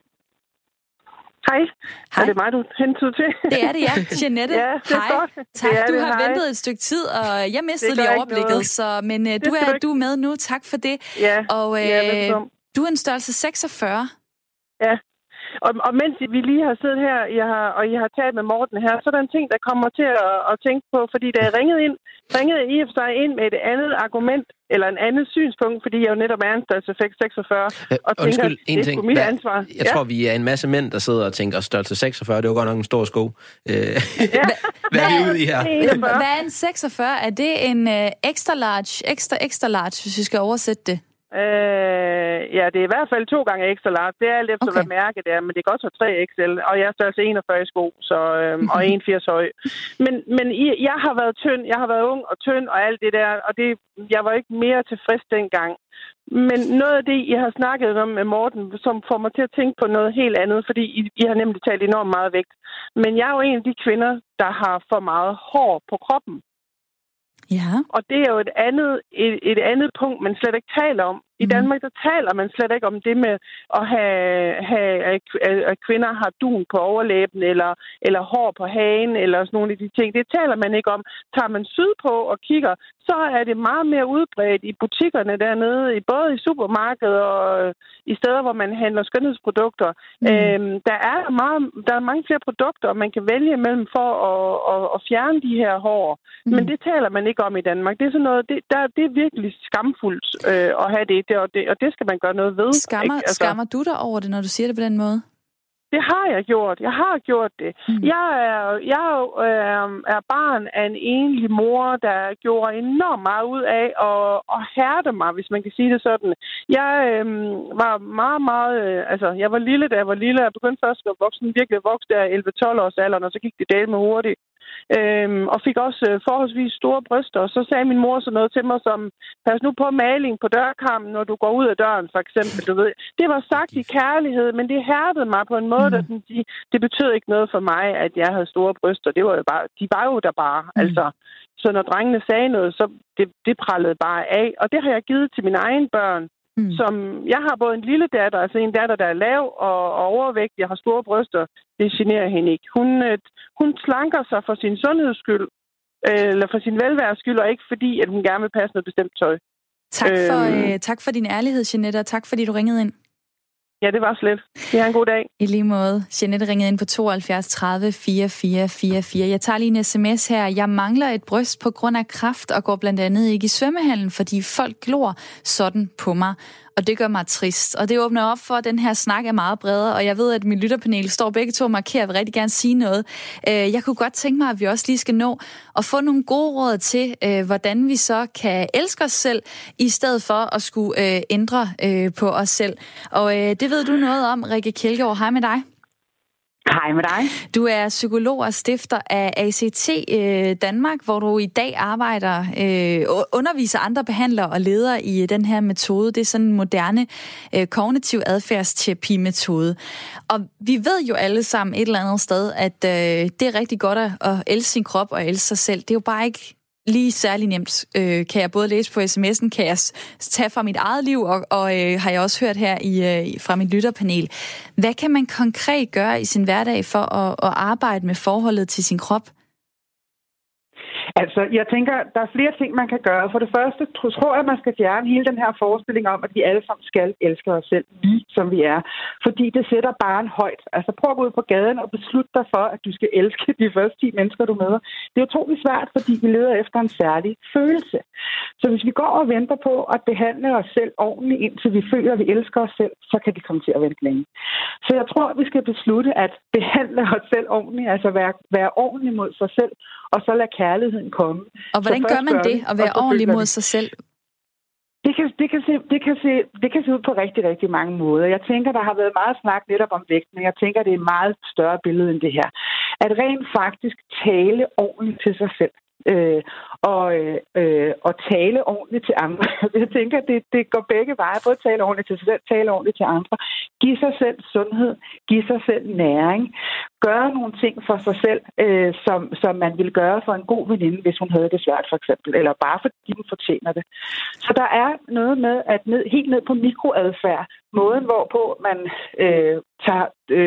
Hej. Er det mig, du hentede til? Det er det, ja. Jeanette. Ja, det er godt. Tak, det du har hej. ventet et stykke tid, og jeg mistede lige overblikket, men du er med nu. Tak for det. Ja, og du er en størrelse 46. Ja. Og mens vi lige har siddet her, I har talt med Morten her, så er der en ting, der kommer til at tænke på, fordi da jeg ringede I og for sig ind med et andet argument, eller en andet synspunkt, fordi jeg jo netop er en størrelse 46, og tænker, det er mit ansvar. Jeg tror, vi er en masse mænd, der sidder og tænker, størrelse 46, det var godt nok en stor sko. Hvad er vi ude i her? Hvad er en 46? Er det en extra large, hvis vi skal oversætte det? Ja, det er i hvert fald 2 gange ekstra large. Det er alt efter, hvad mærke det er, men det kan også være 3 XL, og jeg er størrelse 41 i sko, så, og 81 høj. Men jeg har været tynd, jeg har været ung og tynd og alt det der, og jeg var ikke mere tilfreds dengang. Men noget af det, I har snakket om med Morten, som får mig til at tænke på noget helt andet, fordi I har nemlig talt enormt meget vægt. Men jeg er jo en af de kvinder, der har for meget hår på kroppen. Ja. Og det er jo et andet punkt, man slet ikke taler om. I Danmark, der taler man slet ikke om det med at have at kvinder har dun på overlæben, eller hår på hagen, eller sådan nogle af de ting. Det taler man ikke om. Tager man sydpå og kigger, så er det meget mere udbredt i butikkerne dernede, både i supermarkedet og i steder, hvor man handler skønhedsprodukter. Der er mange flere produkter, man kan vælge imellem for at fjerne de her hår. Men det taler man ikke om i Danmark. Det er sådan noget, det er virkelig skamfuldt at have det. Og det skal man gøre noget ved. Skammer du dig over det, når du siger det på den måde? Det har jeg gjort. Jeg har gjort det. Jeg er barn af en enlig mor, der gjorde enormt meget ud af at hærde mig, hvis man kan sige det sådan. Jeg var meget... jeg var lille, da jeg var lille. Jeg begyndte først at virkelig vokse der 11-12 års alderen, og så gik det dale med hurtigt. Og fik også forholdsvis store bryster. Og så sagde min mor så noget til mig som, pas nu på maling på dørkarmen, når du går ud af døren, for eksempel. Du ved. Det var sagt i kærlighed, men det hærdede mig på en måde, der det betød ikke noget for mig, at jeg havde store bryster. Det var jo bare, de var jo der bare. Altså, så når drengene sagde noget, så det prallede bare af. Og det har jeg givet til mine egne børn. Som jeg har både en lille datter, altså en datter, der er lav og overvægtig. Jeg har store bryster. Det generer hende ikke. Hun slanker sig for sin sundheds skyld, eller for sin velværes skyld, og ikke fordi, at hun gerne vil passe noget bestemt tøj. Tak for din ærlighed, Jeanette, og tak fordi du ringede ind. Ja, det var slet. Det er en god dag. I lige måde. Jeanette ringede ind på 72 30 44 44. Jeg tager lige en sms her. Jeg mangler et bryst på grund af kræft og går blandt andet ikke i svømmehallen, fordi folk glor sådan på mig. Og det gør mig trist. Og det åbner op for, at den her snak er meget bredere, og jeg ved, at mit lytterpanel står begge to og markerer, vil rigtig gerne sige noget. Jeg kunne godt tænke mig, at vi også lige skal nå at få nogle gode råd til, hvordan vi så kan elske os selv, i stedet for at skulle ændre på os selv. Og det ved du noget om, Rikke Kjeldgaard. Hej med dig. Hej med dig. Du er psykolog og stifter af ACT Danmark, hvor du i dag arbejder, underviser andre behandlere og ledere i den her metode. Det er sådan en moderne kognitiv adfærdsterapi-metode. Og vi ved jo alle sammen et eller andet sted, at det er rigtig godt at elske sin krop og elske sig selv. Det er jo bare ikke lige særlig nemt, kan jeg både læse på sms'en, kan jeg tage fra mit eget liv, og har jeg også hørt her fra mit lytterpanel. Hvad kan man konkret gøre i sin hverdag for at arbejde med forholdet til sin krop? Altså, jeg tænker, der er flere ting, man kan gøre. For det første tror jeg, man skal fjerne hele den her forestilling om, at vi alle sammen skal elske os selv, lige som vi er. Fordi det sætter barren højt. Altså, prøv at gå ud på gaden og beslutte dig for, at du skal elske de første 10 mennesker, du møder. Det er utrolig svært, fordi vi leder efter en særlig følelse. Så hvis vi går og venter på at behandle os selv ordentligt, indtil vi føler, at vi elsker os selv, så kan vi komme til at vente længe. Så jeg tror, vi skal beslutte at behandle os selv ordentligt, altså være ordentlig mod sig selv, og så lade kærligheden komme. Og hvordan gør man det, at være ordentlig mod sig selv? Det kan se ud på rigtig, rigtig mange måder. Jeg tænker, der har været meget snak netop om vægt, men jeg tænker, det er et meget større billede end det her. At rent faktisk tale ordentligt til sig selv. Og tale ordentligt til andre. Jeg tænker, det går begge veje. Både tale ordentligt til sig selv, tale ordentligt til andre. Giv sig selv sundhed, giv sig selv næring. Gøre nogle ting for sig selv, som man ville gøre for en god veninde, hvis hun havde det svært, for eksempel. Eller bare fordi hun fortjener det. Så der er noget med at helt ned på mikroadfærd. Måden, hvorpå man tager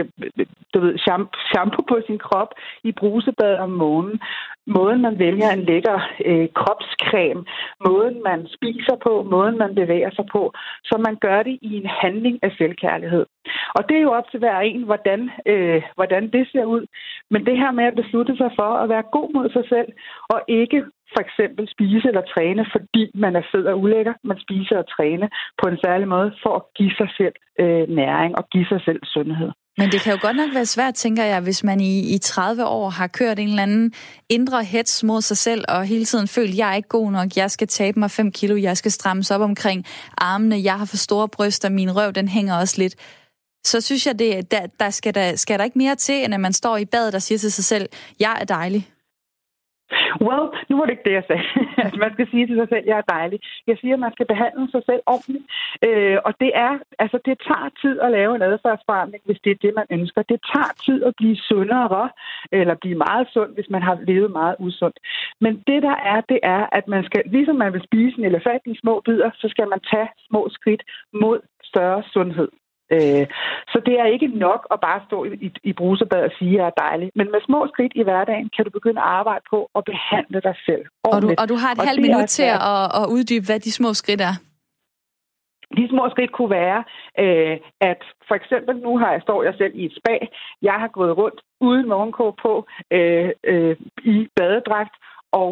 shampoo på sin krop i brusebad om måneden. Måden, man vælger en lækker kropscreme. Måden, man spiser på. Måden, man bevæger sig på. Så man gør det i en handling af selvkærlighed. Og det er jo op til hver en, hvordan det ser ud. Men det her med at beslutte sig for at være god mod sig selv, og ikke for eksempel spise eller træne, fordi man er fed og ulækker. Man spiser og træne på en særlig måde for at give sig selv næring og give sig selv sundhed. Men det kan jo godt nok være svært, tænker jeg, hvis man i 30 år har kørt en eller anden indre hets mod sig selv, og hele tiden følt, at jeg er ikke god nok, jeg skal tabe mig 5 kilo, jeg skal strammes op omkring armene, jeg har for store bryster, min røv, den hænger også lidt. Så synes jeg, der skal der ikke mere til, end at man står i badet og siger til sig selv, jeg er dejlig. Well, nu var det ikke det, jeg sagde. At man skal sige til sig selv, jeg er dejlig. Jeg siger, at man skal behandle sig selv ordentligt. Og det tager tid at lave en adfærdsforandring, hvis det er det, man ønsker. Det tager tid at blive sundere, eller blive meget sund, hvis man har levet meget usundt. Men det er, at man skal, ligesom man vil spise en elefant i små bidder, så skal man tage små skridt mod større sundhed. Så det er ikke nok at bare stå i brusebad og sige, at jeg er dejlig. Men med små skridt i hverdagen kan du begynde at arbejde på at behandle dig selv ordentligt. Og du har et halvt minut til at uddybe, hvad de små skridt er. De små skridt kunne være, at for eksempel nu står jeg selv i et spa. Jeg har gået rundt uden morgenkåb på i badedragt og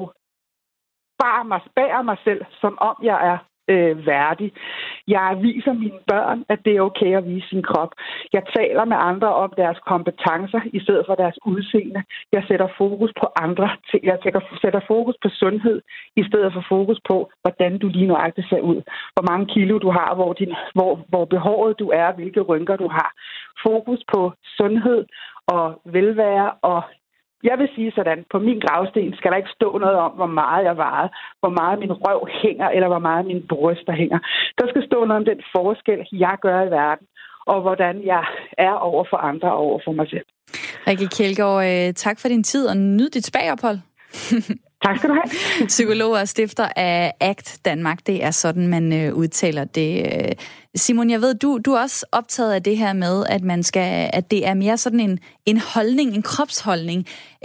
bærer mig selv, som om jeg er værdig. Jeg viser mine børn, at det er okay at vise sin krop. Jeg taler med andre om deres kompetencer i stedet for deres udseende. Jeg sætter fokus på andre. Jeg sætter fokus på sundhed i stedet for fokus på, hvordan du lige nøjagtigt ser ud. Hvor mange kilo du har, hvor behovet du er, hvilke rynker du har. Fokus på sundhed og velvære og jeg vil sige sådan, på min gravsten skal der ikke stå noget om, hvor meget jeg vejede, hvor meget min røv hænger, eller hvor meget min bryster hænger. Der skal stå noget om den forskel, jeg gør i verden, og hvordan jeg er over for andre og over for mig selv. Rikke Kjeldgaard, tak for din tid, og nyd dit spagophold. Tak skal du have. Psykolog og stifter af ACT Danmark, det er sådan, man udtaler det. Simon, jeg ved, du er også optaget af det her med, at det er mere sådan en holdning, en kropsholdning,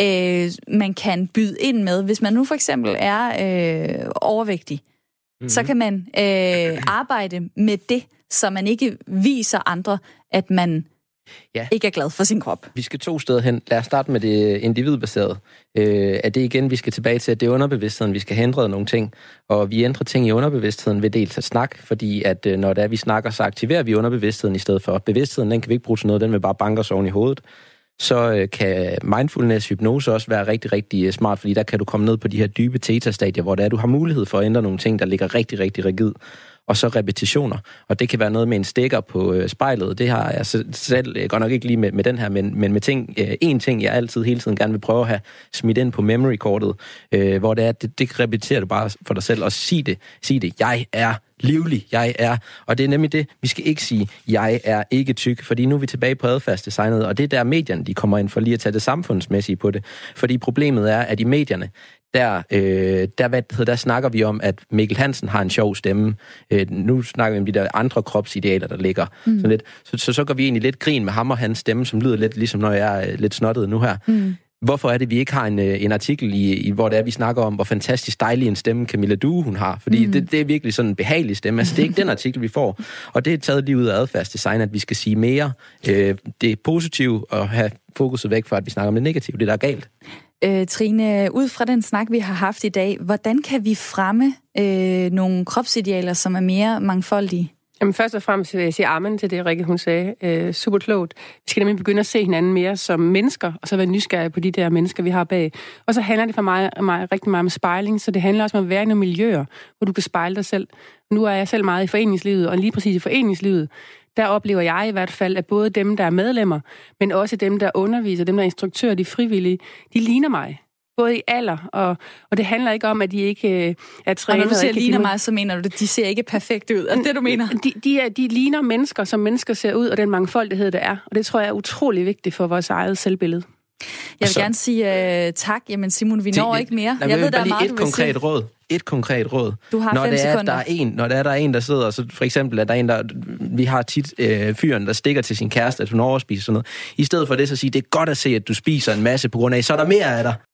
man kan byde ind med. Hvis man nu for eksempel er overvægtig, så kan man arbejde med det, så man ikke viser andre, at man ikke er glad for sin krop. Vi skal 2 steder hen. Lad os starte med det individbaserede. At det igen, vi skal tilbage til, at det er underbevidstheden, vi skal ændre nogle ting. Og vi ændrer ting i underbevidstheden ved dels at snakke, fordi at når det er, vi snakker, så aktiverer vi underbevidstheden i stedet for. Bevidstheden, den kan vi ikke bruge til noget, den vil bare banke os oven i hovedet. Så kan mindfulness, hypnose også være rigtig, rigtig smart, fordi der kan du komme ned på de her dybe theta-stadier, hvor det er, du har mulighed for at ændre nogle ting, der ligger rigtig, rigtig rigid. Og så repetitioner. Og det kan være noget med en stikker på spejlet. Det har jeg selv godt nok ikke lige med den her, men med en ting, jeg altid hele tiden gerne vil prøve at have smidt ind på memory-kortet, hvor det er, det repeterer du bare for dig selv, og sig det. Jeg er livlig, jeg er. Og det er nemlig det, vi skal ikke sige, jeg er ikke tyk, fordi nu er vi tilbage på adfærdsdesignet, og det er der medierne, de kommer ind for lige at tage det samfundsmæssige på det. Fordi problemet er, at i medierne, der snakker vi om, at Mikkel Hansen har en sjov stemme. Nu snakker vi om de der andre kropsidealer, der ligger. Så går vi egentlig lidt grin med ham og hans stemme, som lyder lidt ligesom, når jeg er lidt snottet nu her. Hvorfor er det, vi ikke har en artikel, hvor det er, vi snakker om, hvor fantastisk dejlig en stemme Camilla Due hun har? Fordi det er virkelig sådan en behagelig stemme. Altså, det er ikke den artikel, vi får. Og det er taget lige ud af adfærdsdesign, at vi skal sige mere. Det er positivt at have fokuset væk fra, at vi snakker om det negative. Det der er galt. Trine, ud fra den snak, vi har haft i dag, hvordan kan vi fremme nogle kropsidealer, som er mere mangfoldige? Jamen først og fremmest vil jeg sige amen til det, Rikke, hun sagde. Super klogt. Vi skal nemlig begynde at se hinanden mere som mennesker, og så være nysgerrige på de der mennesker, vi har bag. Og så handler det for mig rigtig meget om spejling, så det handler også om at være i nogle miljøer, hvor du kan spejle dig selv. Nu er jeg selv meget i foreningslivet, og lige præcis i foreningslivet, der oplever jeg i hvert fald, at både dem, der er medlemmer, men også dem, der underviser, dem, der er instruktører, de frivillige, de ligner mig. Både i alder, og det handler ikke om, at de ikke er trænet. Og når du siger ligner mig, så mener du det, de ser ikke perfekt ud. Er det, du mener? De ligner mennesker, som mennesker ser ud, og den mangfoldighed, der er. Og det tror jeg er utrolig vigtigt for vores eget selvbillede. Jeg vil gerne sige tak. Jamen Simon, vi når ikke mere. Jeg ved, der er meget, du vil sige. Et konkret råd. Du har 5 sekunder. Når der er en, der sidder, så for eksempel, at der er en, der... Vi har tit fyren, der stikker til sin kæreste, at hun overspiser sådan noget. I stedet for det, så sige, det er godt at se, at du spiser en masse, på grund af, så er der mere af dig.